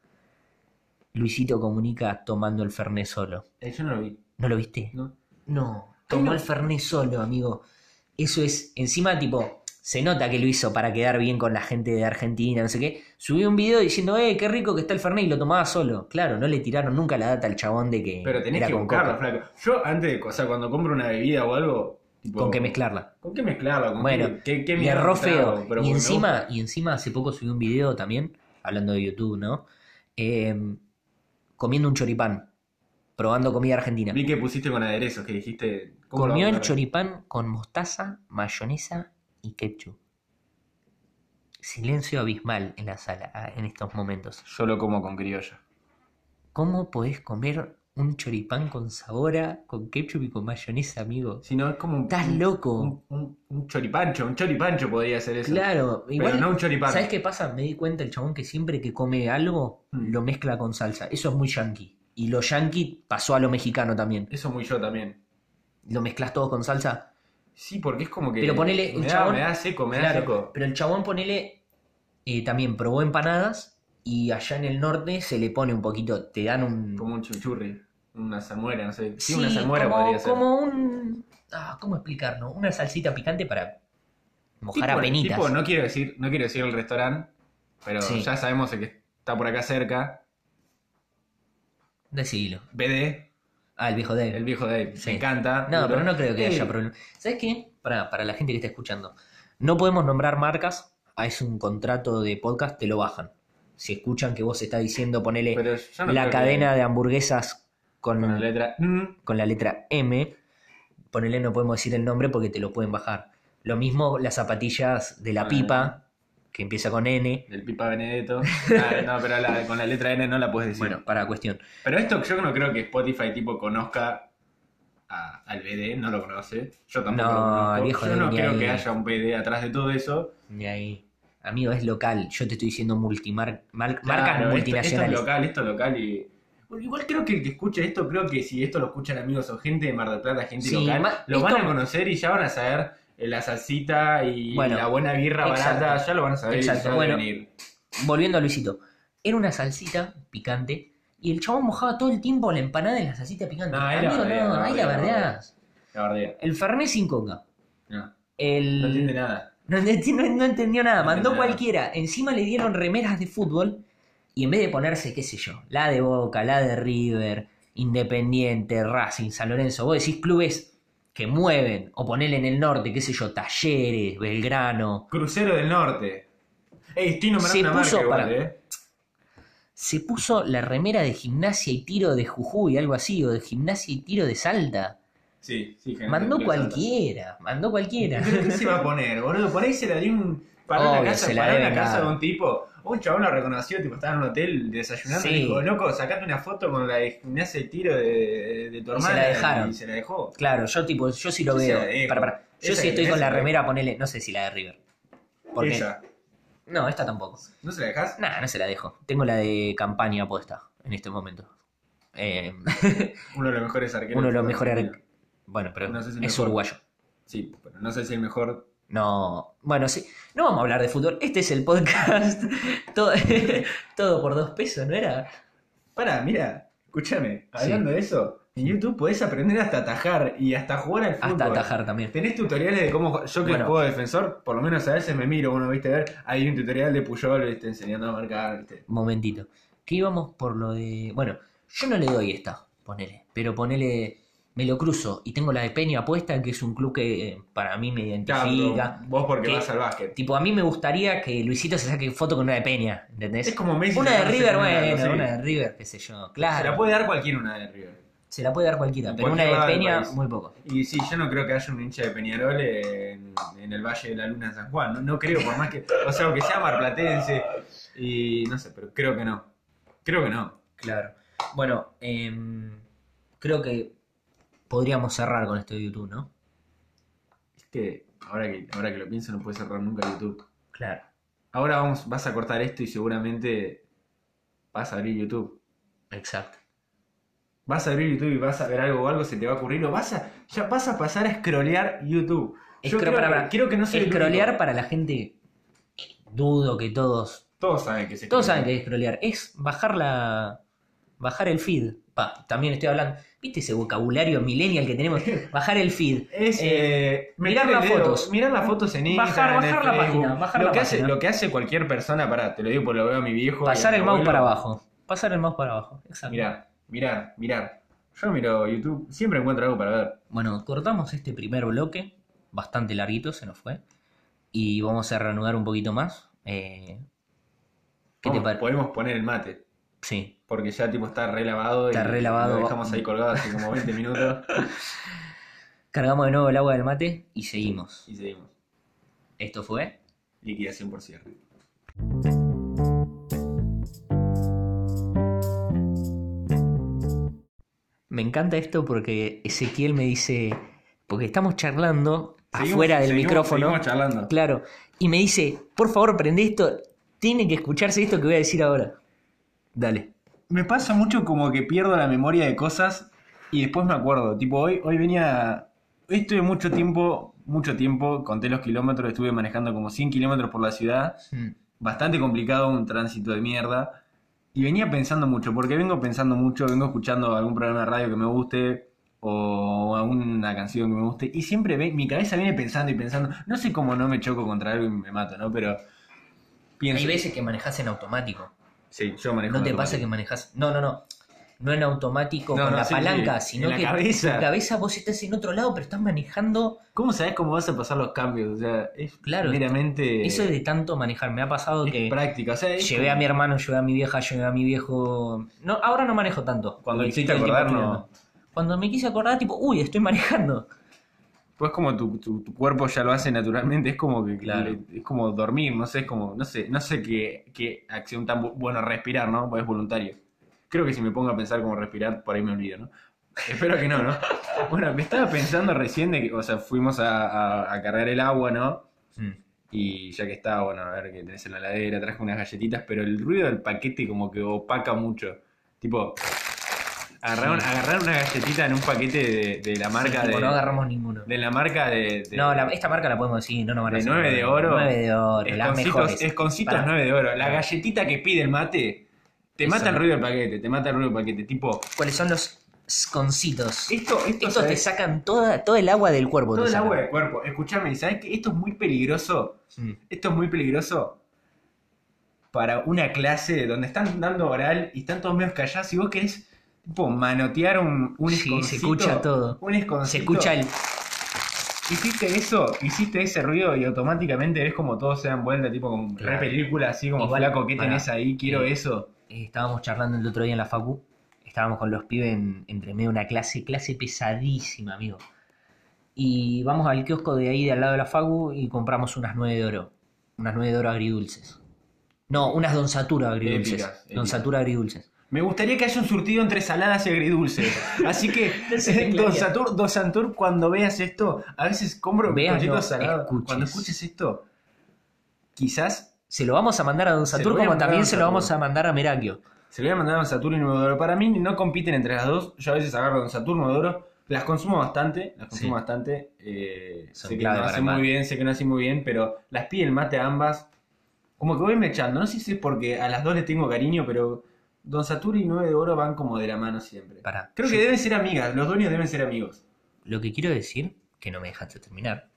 Luisito Comunica tomando el Fernet solo. Eh, yo no lo vi. ¿No lo viste? ¿No? No, tomó no. el Fernet solo, amigo. Eso es, encima, tipo, se nota que lo hizo para quedar bien con la gente de Argentina, no sé qué. Subió un video diciendo, eh, qué rico que está el Fernet y lo tomaba solo. Claro, no le tiraron nunca la data al chabón de que Pero tenés era que con buscarlo, coca. flaco. Yo antes, de- o sea, cuando compro una bebida o algo. Tipo, Con qué mezclarla. ¿Con qué mezclarla? ¿Con Bueno, qué, qué, qué Le mierda erró trago? feo. Pero Y porque me encima, gusta. y encima hace poco subí un video también, hablando de YouTube, ¿no? Eh, comiendo un choripán, probando comida argentina. Vi que pusiste con aderezos, que dijiste. ¿cómo lo Comió hago el para- choripán con mostaza, mayonesa y ketchup. Silencio abismal en la sala ah, en estos momentos. Yo lo como con criolla. ¿Cómo podés comer un choripán con sabor a, con ketchup y con mayonesa, amigo? Si no, es como un. Estás un- loco. Un, un- un choripancho, un choripancho podría ser eso. Claro, igual, Pero no un choripán. ¿sabes qué pasa? Me di cuenta el chabón que siempre que come algo Mm. lo mezcla con salsa. Eso es muy yankee. Y lo yankee pasó a lo mexicano también. Eso muy yo también. Lo mezclas todo con salsa. Sí, porque es como que. Pero ponele, el me, da, chabón- me da seco, me da Claro, seco. pero el chabón ponele, eh, también probó empanadas y allá en el norte se le pone un poquito, te dan un... Como un chimichurri. una salmuera, no sé. Sí, Sí, una salmuera como, podría ser. como un... Ah, ¿cómo explicarlo? Una salsita picante para mojar Tipo, a penitas. tipo, no quiero decir, no quiero decir el restaurante, pero Sí. ya sabemos el que está por acá cerca. Decilo. B D, Ah, el viejo Dave. el viejo Dave. Sí. Me encanta. No, duro. pero no creo que Eh, haya problema. ¿Sabes qué? Para, para la gente que está escuchando. No podemos nombrar marcas. Ah, es un contrato de podcast, te lo bajan. Si escuchan que vos estás diciendo, ponele Pero yo no la creo cadena que- de hamburguesas con, Con la letra mm, con la letra M, ponele, no podemos decir el nombre porque te lo pueden bajar. Lo mismo las zapatillas de la Ah, pipa, que empieza con N. del Pipa Benedetto. Ah, no, pero la- con la letra N no la puedes decir. Bueno, para cuestión. Pero esto yo no creo que Spotify tipo conozca a- al B D, no lo conoce. Yo tampoco No, lo conozco. el viejo yo Dave no ni creo ahí. que haya un B D atrás de todo eso. Ni ahí. Amigo, es local. Yo te estoy diciendo multimar mar- Claro, marcas esto- multinacionales. Esto, es local, esto es local y. Bueno, igual creo que el que escuche esto, creo que si esto lo escuchan amigos o gente de Mar del Plata, gente Sí, local, ma- lo esto- van a conocer y ya van a saber eh, la salsita y Bueno, la buena birra exacto. barata, ya lo van a saber Exacto, y ya bueno. deben ir. Volviendo a Luisito. Era una salsita picante y el chabón mojaba todo el tiempo la empanada en la salsita picante. No, ahí la Amigo, bardea, no, la ahí la bardea, la verdeás. La bardea. El Fernet sin coca. No, El... no entiende nada. No, enti- no- no entendió nada. No Mandó entendió nada. cualquiera. Encima le dieron remeras de fútbol. Y en vez de ponerse, qué sé yo, la de Boca, la de River, Independiente, Racing, San Lorenzo, vos decís clubes que mueven, o ponerle en el norte, qué sé yo, Talleres, Belgrano. Crucero del Norte. Ey, estoy nombrando Se una puso marca igual, para- eh. Se puso la remera de Gimnasia y Tiro de Jujuy, algo así, o de Gimnasia y Tiro de Salta. Sí, sí, gente. Mandó de Tiro de Salta. cualquiera, mandó cualquiera. ¿Pero qué se va a poner, boludo? Por ahí se la dio un. Para Obvio, una casa, se la para una deben casa dar. de un tipo. Un chabón lo reconoció, tipo, estaba en un hotel desayunando Sí. y dijo, loco, sacate una foto con la de gimnasia de tiro de, de tu Y hermana. se la dejaron. Y se la dejó. Claro, yo tipo, yo sí lo Yo se veo. la dejo. Para, para. Yo Esa sí que estoy tenés, con la se la remera, ponele, no sé si la de River. Porque... Esa. No, esta tampoco. ¿No se la dejás? Nah, no se la dejo. Tengo la de campaña puesta en este momento. Eh, Uno de los mejores arqueros. uno de los fútbol mejores... argentino. Bueno, pero No sé si el es mejor. uruguayo. Sí, pero no sé si el mejor. No, bueno, sí. No vamos a hablar de fútbol. Este es el podcast. todo, todo por dos pesos, ¿no era? Pará, mira, escúchame. Sí. Hablando de eso, en YouTube podés aprender hasta atajar y hasta jugar al fútbol. Hasta atajar también. Tenés tutoriales de cómo. Yo que Bueno. juego de defensor, por lo menos a veces me miro, uno, viste, a ver. Hay un tutorial de Puyol, viste, enseñando a marcar, viste. Momentito. Que íbamos por lo de... Bueno, yo no le doy esta, ponele. Pero ponele... Me lo cruzo y tengo la de Peña puesta, que es un club que eh, para mí me identifica. Claro, vos porque que- vas al básquet. Tipo, a mí me gustaría que Luisito se saque foto con una de Peña, ¿entendés? Es como Messi. Una de sacándose River, con una, bueno, sí. una de River, qué sé yo. Claro. Se la puede dar cualquiera una de River. Se la puede dar cualquiera, En pero una cualquier de lado del Peña, país. muy poco. Y sí, yo no creo que haya un hincha de Peñarol en, en el Valle de la Luna en San Juan. No, no creo, por más que. O sea, aunque sea marplatense. Y no sé, pero creo que no. Creo que no. Claro. Bueno, em, creo que podríamos cerrar con esto de YouTube, ¿no? Es que ahora que, ahora que lo pienso, no puede cerrar nunca YouTube. Claro. Ahora vamos, vas a cortar esto y seguramente vas a abrir YouTube. Exacto. Vas a abrir YouTube y vas a ver algo o algo se te va a ocurrir. O vas a, ya vas a pasar a scrollear YouTube. Yo Escro- creo, para- que, para. creo que no soy el Scrollear único. para la gente, dudo que todos, Todos saben que se todos saben que es scrollear, es bajar la, bajar el feed. Pa, también estoy hablando, ¿viste ese vocabulario millennial que tenemos? Bajar el feed. Es Eh, eh, mirar meter las el dedo, fotos. Mirar las fotos en Bajar- Instagram, en bajar la Facebook. página, bajar lo la que hace, página. Lo que hace cualquier persona, pará, te lo digo porque lo veo a mi viejo. y a Pasar mi el mouse abuelo. para abajo. Pasar el mouse para abajo. Exacto. Mirar, mirar, mirar. Yo miro YouTube, siempre encuentro algo para ver. Bueno, cortamos este primer bloque, bastante larguito, se nos fue. Y vamos a reanudar un poquito más. Eh, ¿Qué te Vamos, parece? podemos poner el mate, Sí. porque ya tipo está relavado Está y relavado. lo dejamos ahí colgado hace como veinte minutos Cargamos de nuevo el agua del mate y seguimos. y seguimos. Esto fue. Liquidación por cierre. Me encanta esto porque Ezequiel me dice. Porque estamos charlando Seguimos- afuera del seguimos- micrófono. Seguimos charlando. Claro. Y me dice, por favor, prende esto. Tiene que escucharse esto que voy a decir ahora. Dale. Me pasa mucho como que pierdo la memoria de cosas y después me acuerdo. Tipo, hoy, hoy venía. Hoy estuve mucho tiempo, mucho tiempo, conté los kilómetros, estuve manejando como cien kilómetros por la ciudad. Mm. Bastante complicado, un tránsito de mierda. Y venía pensando mucho, porque vengo pensando mucho, vengo escuchando algún programa de radio que me guste o alguna canción que me guste y siempre ve, mi cabeza viene pensando y pensando, no sé cómo no me choco contra algo y me mato, ¿no? Pero pienso... Hay veces que manejas en automático. Sí, yo manejo ¿No en te automático. pasa que manejas? No, no, no. No en automático No, con no, la sí, palanca, sí, sino en la que cabeza. tu cabeza vos estás en otro lado, pero estás manejando. ¿Cómo sabes cómo vas a pasar los cambios? O sea, es Claro, meramente... eso es de tanto manejar. Me ha pasado es que práctica, o sea, es llevé como- a mi hermano, llevé a mi vieja, llevé a mi viejo. No, ahora no manejo tanto. Cuando porque hiciste todo el tiempo acordar, estoy no. andando. Cuando me quise acordar, tipo, uy, estoy manejando. Pues como tu, tu, tu cuerpo ya lo hace naturalmente, es como que Claro. le- es como dormir, no sé, es como, no sé, no sé qué, qué acción tan bu- bueno respirar, ¿no? Porque es voluntario. Creo que si me pongo a pensar cómo respirar, por ahí me olvido, ¿no? Espero que no, ¿no? Bueno, me estaba pensando recién de que, o sea, fuimos a, a, a cargar el agua, ¿no? Mm. Y ya que estaba, bueno, a ver qué tenés en la heladera, traje unas galletitas, pero el ruido del paquete como que opaca mucho. Tipo, agarrar, Sí. agarrar una galletita en un paquete de, de la marca Sí, tipo, de... no agarramos ninguno. De la marca de... de- No, la- esta marca la podemos decir, no nos van a de hacer nueve de problema. oro. nueve de oro, las Esconcitos, mejores. esconcitos Pará. nueve de oro. La galletita que pide el mate, te Eso, mata el ¿no? ruido del paquete, te mata el ruido del paquete. Tipo, ¿Cuáles son los sconcitos? esto, esto Estos te ¿sabes? sacan toda, todo el agua del cuerpo. Todo te el sacan. agua del cuerpo. Escuchame, ¿sabes qué? Esto es muy peligroso. Mm. Esto es muy peligroso para una clase donde están dando oral y están todos medio callados y vos querés tipo manotear un, un Sí, esconcito. se escucha todo. Un esconcito. Se escucha el. Hiciste eso, hiciste ese ruido y automáticamente ves como todos se dan vuelta, tipo como Claro. re película, así como Igual, flaco, ¿qué pará. tenés ahí? Quiero Eh, eso. Eh, estábamos charlando el otro día en la facu. Estábamos con los pibes en- entre medio de una clase, clase pesadísima, amigo. Y vamos al kiosco de ahí, de al lado de la facu, y compramos unas nueve de oro. Unas nueve de oro agridulces. No, unas Don Satura agridulces. Épicas, Don épicas. Satura agridulces. Me gustaría que haya un surtido entre saladas y agridulces. Así que, se Don mezclaría. Satur, Don Santur, cuando veas esto, a veces compro Veas, bizcochitos no, salados. escuches. Cuando escuches esto, quizás Se lo vamos a mandar a Don Se lo Satur voy a como mandar a también Don se lo Satur. vamos a mandar a Merakio. se lo voy a mandar a Don Satur y Nuevo de Oro. Para mí no compiten entre las dos. Yo a veces agarro Don Satur, Nuevo de Oro. Las consumo bastante, las consumo Sí. bastante. Eh, Son sé que clave no para hacen el muy mate. bien, sé que no hacen muy bien, pero las pide el mate a ambas. Como que voy mechando. No sé si es porque a las dos les tengo cariño, pero Don Satur y Nueve de Oro van como de la mano siempre. Pará, Creo yo- que deben ser amigas, los dueños deben ser amigos. Lo que quiero decir, que no me dejaste terminar.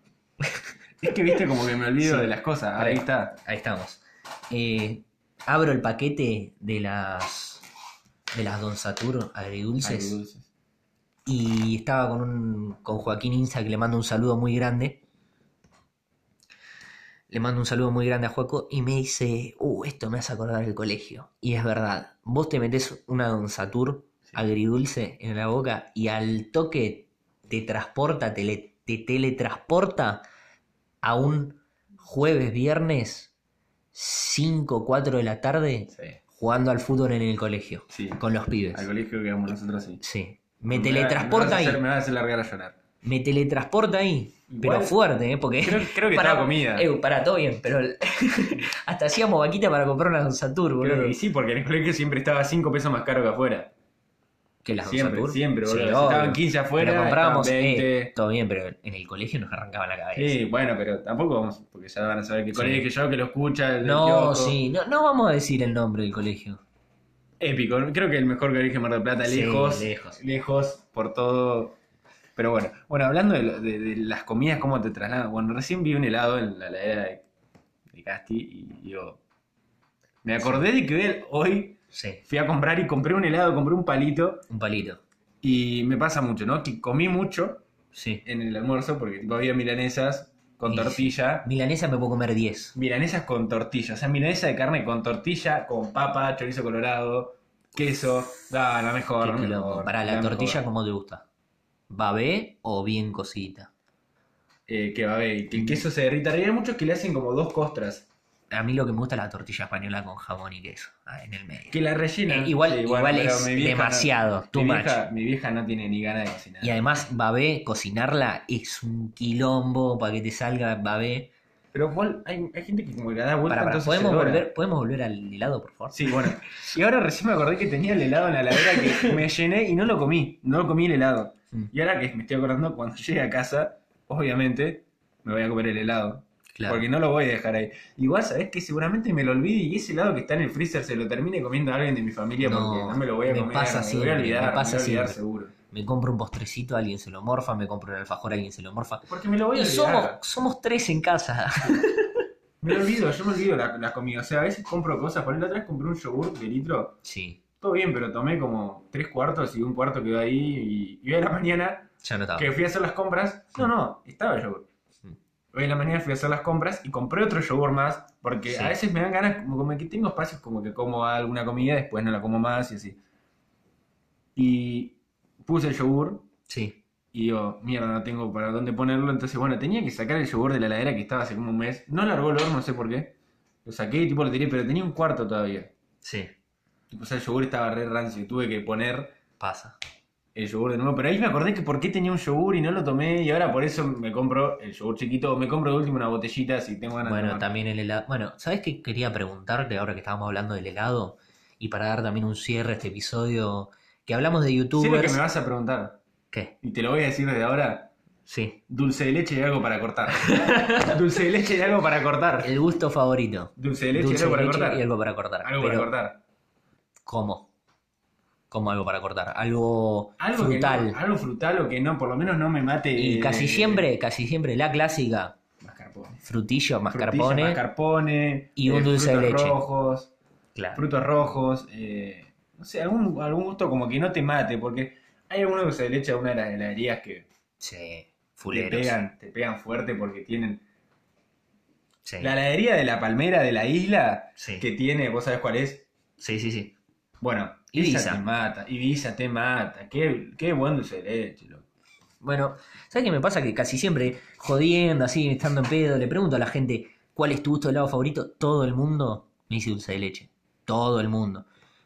Es que viste como que me olvido Sí. de las cosas. Ahí está. Ahí estamos. Eh, abro el paquete de las de las Don Satur agridulces. Agridulces. Y estaba con un con Joaquín Insa, que le mando un saludo muy grande. Le mando un saludo muy grande a Joaco y me dice, uh, esto me hace acordar el colegio. Y es verdad, vos te metés una Don Satur Sí. agridulce en la boca y al toque te transporta, te, le- te teletransporta a un jueves, viernes, cinco o cuatro de la tarde, Sí. jugando al fútbol en el colegio, Sí. con los pibes. Al colegio que vamos nosotros sí. Sí. Me va- teletransporta me vas a ahí. hacer- Me vas a hacer largar a llorar. Me teletransporta ahí. Igual- Pero fuerte, ¿eh? Porque. Creo, creo que para, estaba comida. Eh, para, todo bien, pero. hasta hacíamos vaquita para comprar una Don Satur, boludo. Creo que sí, porque en el colegio siempre estaba cinco pesos más caro que afuera. Que las Don Siempre, Satur. siempre, Sí, boludo. Si obvio. estaban quince afuera, Pero comprábamos. estaban eh, veinte. todo bien, pero en el colegio nos arrancaban la cabeza. Sí, bueno, pero tampoco vamos, porque ya van a saber que Sí. colegio que yo que lo escucha, el del No, kiosco. sí, no, no vamos a decir el nombre del colegio. Épico, creo que el mejor colegio de Mar del Plata, Sí, lejos, lejos. lejos, por todo. Pero bueno, bueno, hablando de, lo- de- de las comidas, cómo te trasladan. Bueno, recién vi un helado en la heladera de, de Casti y digo, me acordé de que hoy, hoy Sí, fui a comprar y compré un helado, compré un palito un palito. y me pasa mucho, ¿no? Que comí mucho Sí. en el almuerzo porque tipo, había milanesas con Y- tortilla. Milanesa me puedo comer diez. Milanesas con tortilla, o sea, milanesa de carne con tortilla, con papa, chorizo colorado, queso. Ah, la mejor, Qué la quilombo. mejor, Para la, la tortilla, mejor. ¿cómo te gusta? ¿Babé o bien cosita? Eh, que va a ver, que el queso se derrita. Hay muchos que le hacen como dos costras, A mí lo que me gusta es la tortilla española con jamón y queso, ah, en el medio. que la rellenan. Eh, igual- Sí, igual pero es mi vieja no- demasiado, too mi much. vieja, mi vieja no tiene ni ganas de cocinar. Y además, babé, cocinarla es un quilombo para que te salga babé. Pero igual hay, hay gente que como que la da vuelta, Para, para, entonces ¿podemos, se dora. volver, ¿Podemos volver al helado, por favor? Sí, bueno. Y ahora recién me acordé que tenía el helado en la heladera que me llené y no lo comí. No lo comí el helado. Mm. Y ahora que me estoy acordando, cuando llegue a casa, obviamente, me voy a comer el helado. Claro. Porque no lo voy a dejar ahí. Igual, ¿sabés que seguramente me lo olvide y ese helado que está en el freezer se lo termine comiendo a alguien de mi familia No, porque no me lo voy a me comer. pasa me lo voy a siempre, olvidar, me pasa me voy a olvidar siempre. seguro. Me compro un postrecito, alguien se lo morfa, me compro un alfajor, alguien se lo morfa. Porque me lo voy a Y olvidar. somos, somos tres en casa. Me lo olvido, yo me olvido la, la comida. O sea, a veces compro cosas. Por ejemplo, la otra vez compré un yogur de litro. Sí, Todo bien, pero tomé como tres cuartos y un cuarto quedó ahí. Y, y hoy a la mañana ya no estaba. que fui a hacer las compras. No, no, estaba el yogur. Mm. Hoy en la mañana fui a hacer las compras y compré otro yogur más. Porque Sí. a veces me dan ganas, como, como que tengo espacios como que como alguna comida, después no la como más y así. Y puse el yogur. Sí, Y digo, mierda, no tengo para dónde ponerlo. Entonces, bueno, tenía que sacar el yogur de la heladera que estaba hace como un mes. No largó el horno, no sé por qué. Lo saqué y tipo lo tiré, pero tenía un cuarto todavía. sí, O sea, el yogur estaba re rancio y tuve que poner pasa. el yogur de nuevo. Pero ahí me acordé que por qué tenía un yogur y no lo tomé. Y ahora por eso me compro el yogur chiquito. O me compro de último una botellita si tengo ganas de Bueno, tomar. también el helado. Bueno, ¿sabes qué quería preguntarte ahora que estábamos hablando del helado? Y para dar también un cierre a este episodio, que hablamos de Sé lo que youtubers. me vas a preguntar. ¿Qué? Y te lo voy a decir desde ahora. Sí. Dulce de leche y algo para cortar. Dulce de leche y algo para cortar. El gusto favorito. Dulce de leche Dulce y algo de para leche cortar. y algo para cortar. Algo Pero, para cortar. ¿cómo? ¿Cómo algo para cortar? Algo, Algo frutal. Que no, algo frutal o que no, por lo menos no me mate. Y casi eh, siempre, casi siempre la clásica, Mascarpone. frutillo, Frutilla, mascarpone. mascarpone. y un eh, dulce de frutos leche. rojos. Claro. Frutos rojos. eh, no sé, algún, algún gusto como que no te mate. Porque hay algunos dulce de leche de una de las heladerías que Sí, te fuleros. pegan, te pegan fuerte porque tienen. Sí. La heladería de la palmera de la isla Sí. que tiene, ¿vos sabés cuál es? sí, sí, sí. Bueno, Ibiza. esa te mata. Ibiza te mata. Qué, qué buen dulce de leche, loco. Bueno, ¿sabes qué me pasa? Que casi siempre, jodiendo, así, estando en pedo, le pregunto a la gente cuál es tu gusto de helado favorito. Todo el mundo me dice dulce de leche. Todo el mundo.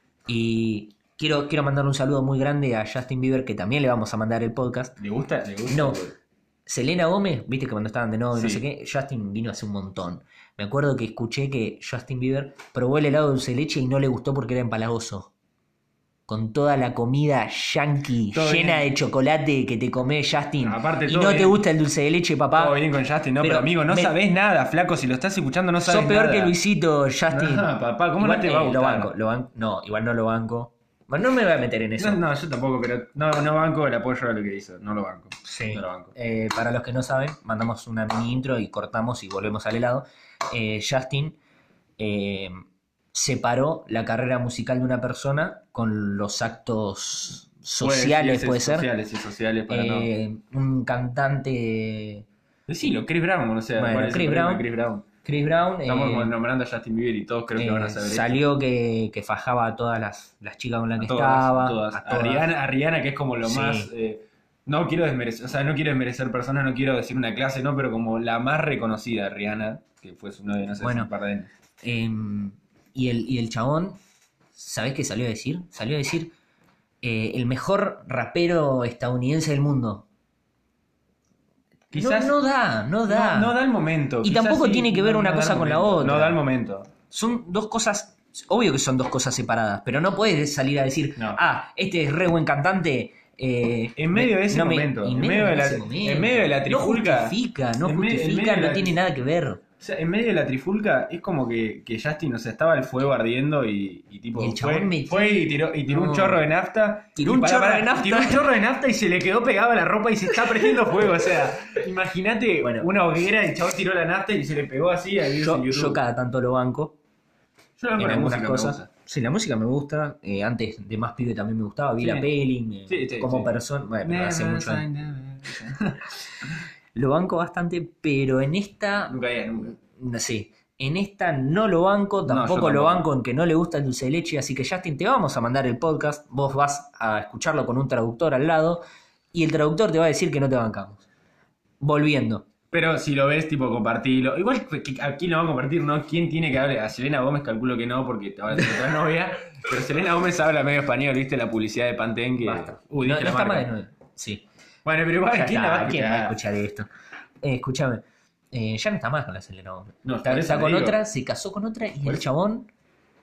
Y quiero, quiero mandar un saludo muy grande a Justin Bieber, que también le vamos a mandar el podcast. ¿Le gusta? ¿Le gusta? No. Selena Gómez, viste que cuando estaban de novio, no Sí. sé qué, Justin vino hace un montón. Me acuerdo que escuché que Justin Bieber probó el helado de dulce de leche y no le gustó porque era empalagoso. Con toda la comida yankee Todo llena bien. de chocolate que te comés, Justin. Aparte, y todo no te bien. gusta el dulce de leche, papá. Todo bien con Justin, no, pero, Pero amigo, no me- sabés nada, flaco. Si lo estás escuchando, no sabes Sos peor nada. que Luisito, Justin. No, papá, ¿cómo Igual, no te va a eh, gustar? Lo banco, lo banco. No, igual no lo banco. Bueno, no me voy a meter en eso. No, no, yo tampoco, pero no, no banco el apoyo a lo que hizo. No lo banco. Sí. No lo banco. Eh, para los que no saben, mandamos una mini intro y cortamos y volvemos al helado. Eh, Justin eh, separó la carrera musical de una persona con los actos sociales, sí, puede sí, ser. Sociales, sí, sociales, para Eh, un cantante, no. Decilo, Chris Brown, o sea, Bueno, ¿cuál es el Chris problema de Brown. Chris Brown? Chris Brown, Estamos eh, nombrando a Justin Bieber y todos creo que eh, van a saber esto. salió que, que fajaba a todas las, las chicas con las que A todas, estaba. a todas. a A, todas. Rihanna, a Rihanna, que es como lo Sí. más. eh, no quiero desmerecer, o sea, no quiero desmerecer personas, no quiero decir una clase, no, pero como la más reconocida, Rihanna, que fue su novia, no sé, Bueno. hace un par de años. Eh, y, el, y el chabón, ¿sabés qué salió a decir? Salió a decir eh, el mejor rapero estadounidense del mundo. Quizás- no, no da, no da. No, no da el momento. Y Quizás tampoco sí, tiene que ver no- una no da cosa el con la momento. otra. No da el momento. Son dos cosas, obvio que son dos cosas separadas, pero no puedes salir a decir, No. ah, este es re buen cantante. eh, En medio me- de ese no me- momento, y en medio de la- ese momento. en medio de la trifulca, No justifica, no en me- en justifica, medio de no la- tiene nada que ver. O sea, en medio de la trifulca es como que, que Justin, o sea, estaba el fuego ardiendo y, y tipo Y el fue, chabón metió- fue y tiró, y tiró No. un chorro de nafta. Tiró y un pará, chorro pará, de nafta. Tiró un chorro de nafta y se le quedó pegado a la ropa y se está prendiendo fuego. O sea, imagínate Bueno. una hoguera y el chabón tiró la nafta y se le pegó así a Yo, en YouTube. yo cada tanto lo banco. Yo banco en la algunas música, me cosas. gusta. Sí, la música me gusta. eh, antes de más pibe también me gustaba. Vi Sí. la peli. me- Sí, sí, como sí. persona. Bueno, pero hace Never mucho say años. never. Lo banco bastante, pero en esta. Nunca digas nunca. No sé. En esta no lo banco, No, tampoco yo lo tampoco. banco en que no le gusta el dulce de leche. Así que Justin, te vamos a mandar el podcast. Vos vas a escucharlo con un traductor al lado. Y el traductor te va a decir que no te bancamos. Volviendo. Pero si lo ves, tipo, compartilo. Igual, que- ¿a quién lo va a compartir? ¿No? ¿Quién tiene que hablar? A Selena Gómez calculo que no, porque ahora tiene otra novia. Pero Selena Gómez habla medio español, ¿viste? La publicidad de Pantene que... Basta. Uy, no, dije no la está marca. mal de nuevo. Sí. Bueno, pero igual, Ya ¿quién está, la va a ¿quién va a escuchar? escuchar esto? Eh, escúchame, eh, ya no está más con la Selena Gómez. No, está por eso está te con digo. otra, se casó con otra y Por el eso. chabón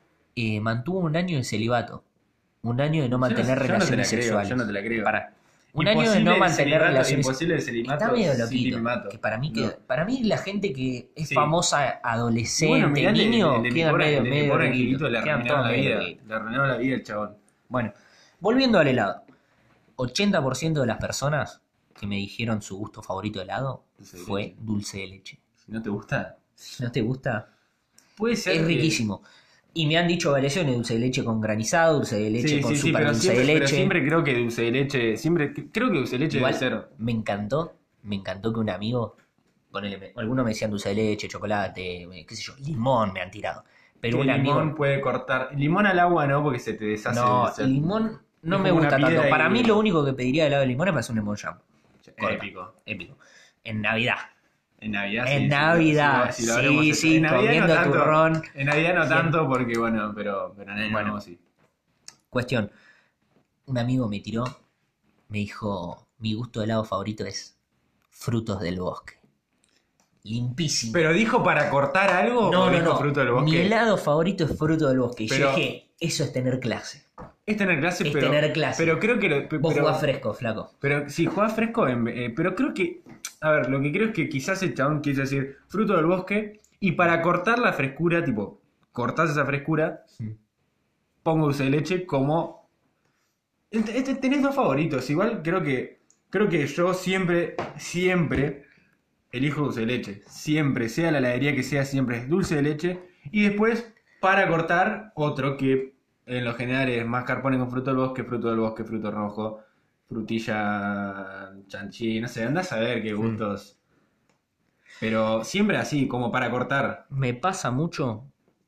eh, mantuvo un año de celibato. Un año de no Yo no- mantener yo no te la relaciones creo, sexuales. yo no te la creo. Pará. Un año de no mantener celibato, relaciones. Imposible el celibato Está medio sin loquito. limato. Que para mí, que, No. para mí la gente que es Sí. famosa, Y adolescente, bueno, mirá el de- niño, el de mi queda pobre- medio, el de mi medio pobre loquito. angelito le Quedan arruinaron todos la medio vida. loquitos. Le arruinaron la vida el chabón. Bueno, volviendo al helado. ochenta por ciento de las personas que me dijeron su gusto favorito de helado Dulce de fue leche. dulce de leche. Si no te gusta, Si no te gusta, puede ser. es que- riquísimo. Y me han dicho variaciones, dulce de leche con granizado, dulce de leche Sí, con sí, sí, super pero dulce siempre, de pero leche. siempre creo que dulce de leche. Siempre, creo que dulce de leche Igual, debe ser. me encantó, me encantó que un amigo, ponele, me- algunos me decían dulce de leche, chocolate, me- qué sé yo, limón me han tirado. Pero Que un el limón amigo, puede cortar. Limón al agua no, porque se te deshace. no, se- limón no es me como una gusta tanto. piedra Para y- mí lo único que pediría de helado de limón es para hacer un limón jam. Corta. Épico. Épico. En Navidad. En Navidad En sí, sí, Navidad, sí, lo haremos sí, eso. sí, En Navidad comiendo no tanto, turrón. En Navidad no Bien. tanto porque, bueno, pero, pero en Año Bueno. Nuevo sí. Cuestión, un amigo me tiró, me dijo, mi gusto de helado favorito es frutos del bosque. Limpísimo. ¿Pero dijo para cortar algo no, o no, dijo no. fruto del Mi bosque? helado favorito es fruto del bosque. Y Pero- yo dije, eso es tener clase. Es tener clase, Es pero... tener clase. Pero creo que... Lo, pe- Vos pero, jugás fresco, flaco. Pero sí, jugás fresco, en- eh, pero creo que... A ver, lo que creo es que quizás el chabón quiso decir fruto del bosque y para cortar la frescura, tipo, cortás esa frescura, Mm. pongo dulce de leche como... Este- este- Tenés dos favoritos, igual creo que... Creo que yo siempre, siempre elijo dulce de leche. Siempre, sea la heladería que sea, siempre es dulce de leche. Y después, para cortar, otro que en lo general es más carpone con fruto del bosque, fruto del bosque, fruto rojo, frutilla chanchi, no sé, andás a ver qué gustos. Pero siempre así, como para cortar. Me pasa mucho,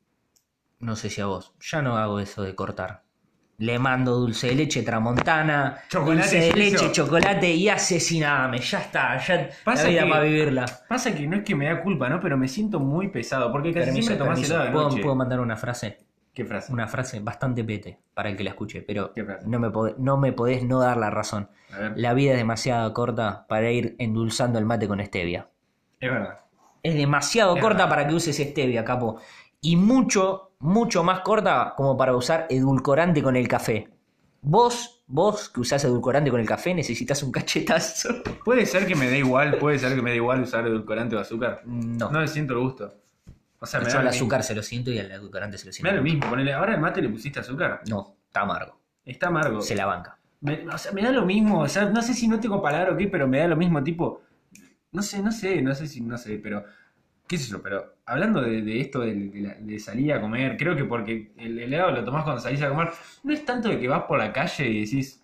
no sé si a vos, ya no hago eso de cortar. Le mando dulce de leche tramontana, Chocolate dulce de suizo. leche, chocolate y asesiname, ya está, ya Pasa la vida que- para vivirla. Pasa que no es que me da culpa, ¿no? Pero me siento muy pesado, porque casi Permiso, siempre tomás permiso. helado de ¿Puedo, noche. puedo mandar una frase? ¿Qué frase? Una frase bastante pete para el que la escuche, pero ¿Qué frase? no me, podés, no me podés no dar la razón. A ver. La vida es demasiado corta para ir endulzando el mate con stevia. Es verdad. Es demasiado Es corta verdad. para que uses stevia, capo. Y mucho, mucho más corta como para usar edulcorante con el café. Vos, vos que usás edulcorante con el café, necesitas un cachetazo. Puede ser que me dé igual, puede ser que me dé igual usar edulcorante o azúcar. No, No le siento el gusto. O sea, me yo da al lo mismo. azúcar se lo siento y al edulcorante se lo Me siento. da lo mismo. Ponele, ahora al mate le pusiste azúcar. No, está amargo. Está amargo. Se la banca. Me, o sea, me da lo mismo. O sea, no sé si no tengo palabra o qué, pero me da lo mismo. Tipo, no sé, no sé, no sé si, no sé, pero. ¿Qué sé yo? Pero hablando de, de esto de, de la- de salir a comer, creo que porque el helado lo tomás cuando salís a comer, no es tanto de que vas por la calle y decís,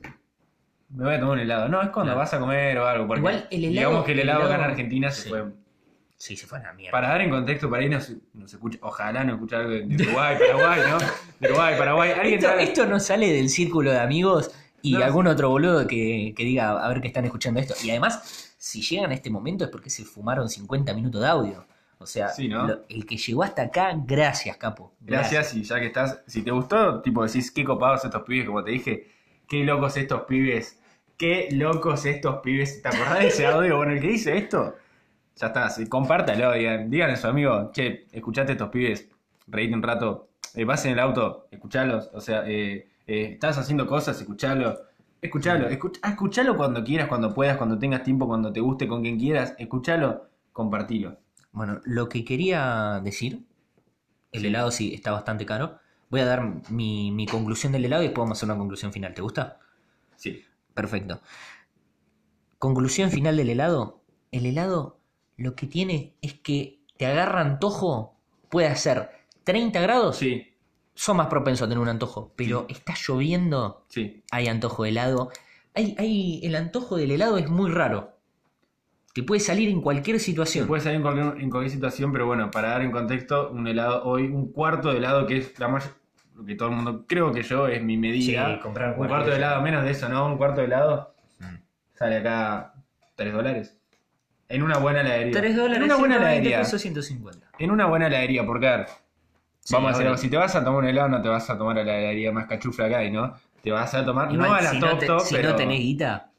me voy a tomar un helado. No, es cuando Claro. vas a comer o algo. Porque Igual el helado- digamos que el el helado acá en helado- Argentina se sí. fue. Sí, se fue a la mierda. Para dar en contexto, para ahí nos, nos escucha, ojalá no escuchar algo de de Uruguay, Paraguay, ¿no? De Uruguay, Paraguay. Alguien Esto, sabe- esto no sale del círculo de amigos y No, algún otro boludo que, que diga a ver que están escuchando esto. Y además, si llegan a este momento es porque se fumaron cincuenta minutos de audio. O sea, Sí, ¿no? lo- el que llegó hasta acá, gracias, capo. Gracias, y ya que estás, si te gustó, tipo decís, qué copados estos pibes, como te dije, qué locos estos pibes, qué locos estos pibes. ¿Te acordás de ese audio? Bueno, el que dice esto, ya está, sí, compártalo, digan, díganle a su amigo, che, escuchate a estos pibes, reíte un rato, eh, vas en el auto, escuchalos, o sea, eh, eh, estás haciendo cosas, escuchalo, escuchalo, escuch- ah, escuchalo cuando quieras, cuando puedas, cuando tengas tiempo, cuando te guste, con quien quieras, escuchalo, compartilo. Bueno, lo que quería decir, el Sí. helado sí está bastante caro. Voy a dar mi, mi conclusión del helado y después vamos a hacer una conclusión final. ¿Te gusta? Sí. Perfecto. Conclusión final del helado. El helado lo que tiene es que te agarra antojo, puede hacer treinta grados, Sí, son más propensos a tener un antojo, pero está lloviendo, sí. hay antojo de helado. Hay, hay, el antojo del helado es muy raro. Te puede salir en cualquier situación. Puede salir en cualquier, en cualquier situación, pero bueno, para dar en contexto, un helado hoy, un cuarto de helado que es la mayor, lo que todo el mundo, creo que yo, es mi medida. Sí, comprar un cuarto de helado, menos de eso, ¿no? Un cuarto de helado Mm. sale acá tres dólares. En una buena heladería. tres dólares, En una buena ciento veinte heladería. pesos, ciento cincuenta. En una buena heladería, porque a ver, Sí, vamos a hacer obvio. algo. Si te vas a tomar un helado, no te vas a tomar a la heladería más cachufla que hay, ¿no? Te vas a tomar, Igual, no a la si top no te- top, si pero... no tenés guita,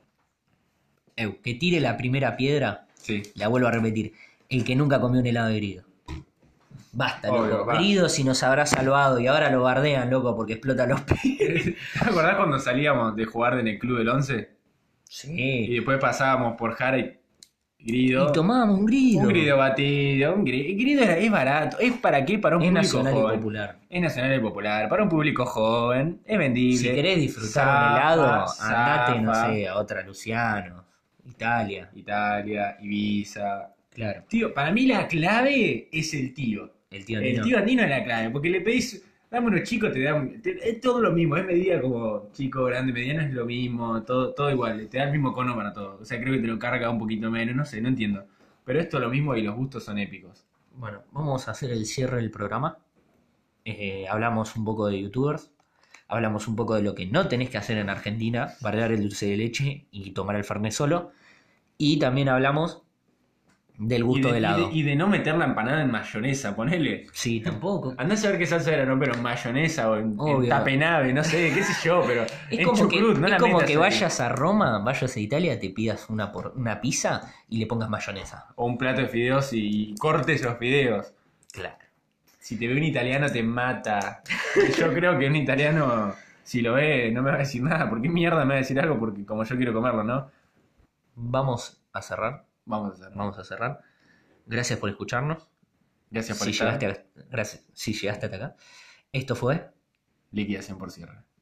eu, que tire la primera piedra, Sí. la vuelvo a repetir, el que nunca comió un helado de grido. Basta, Obvio, loco. va. Grido si nos habrá salvado y ahora lo bardean, loco, porque explota los pies. ¿Te acordás cuando salíamos de jugar en el Club del Once? Y Sí. después pasábamos por Jara y Grido. Y tomábamos un grido. Un grido batido, un grido. El grido era- es barato. ¿Es para qué? Para un Es público nacional y joven. popular. Es nacional y popular. Para un público joven. Es vendible. Si querés disfrutar Zafa, un helado, andate, no zafa. sé, a otra Luciano, Italia. Italia, Ibiza. Claro. Tío, para mí la clave es el tío. El tío El Nino. tío andino es la clave. Porque le pedís, dame unos chicos, te dan. te- es todo lo mismo. Es medida como chico, grande, mediano, es lo mismo. Todo, todo igual. Te da el mismo cono para todo. O sea, creo que te lo carga un poquito menos. No sé, no entiendo. Pero esto es lo mismo y los gustos son épicos. Bueno, vamos a hacer el cierre del programa. Eh, hablamos un poco de youtubers. Hablamos un poco de lo que no tenés que hacer en Argentina. Bardear el dulce de leche y tomar el Fernet solo. Y también hablamos del Y gusto de, de y de- helado. y de no meter la empanada en mayonesa, ponele. Sí, tampoco. Andá a saber qué salsa era, ¿no? Pero en mayonesa o en, en Obvio. tapenade, no sé, qué sé yo, pero Es en como que, chucrut, no es la como metas que en- vayas a Roma, vayas a Italia, te pidas una, por, una pizza y le pongas mayonesa. O un plato de fideos y cortes esos fideos. Claro. Si te ve un italiano te mata. Yo creo que un italiano, si lo ve, no me va a decir nada. ¿Por qué mierda me va a decir algo? Porque como yo quiero comerlo, ¿no? Vamos a cerrar. Vamos a hacerlo. Vamos a cerrar. Gracias por escucharnos. Gracias por Si estar. llegaste, a- gracias, si llegaste hasta acá. Esto fue Liquidación por cierre.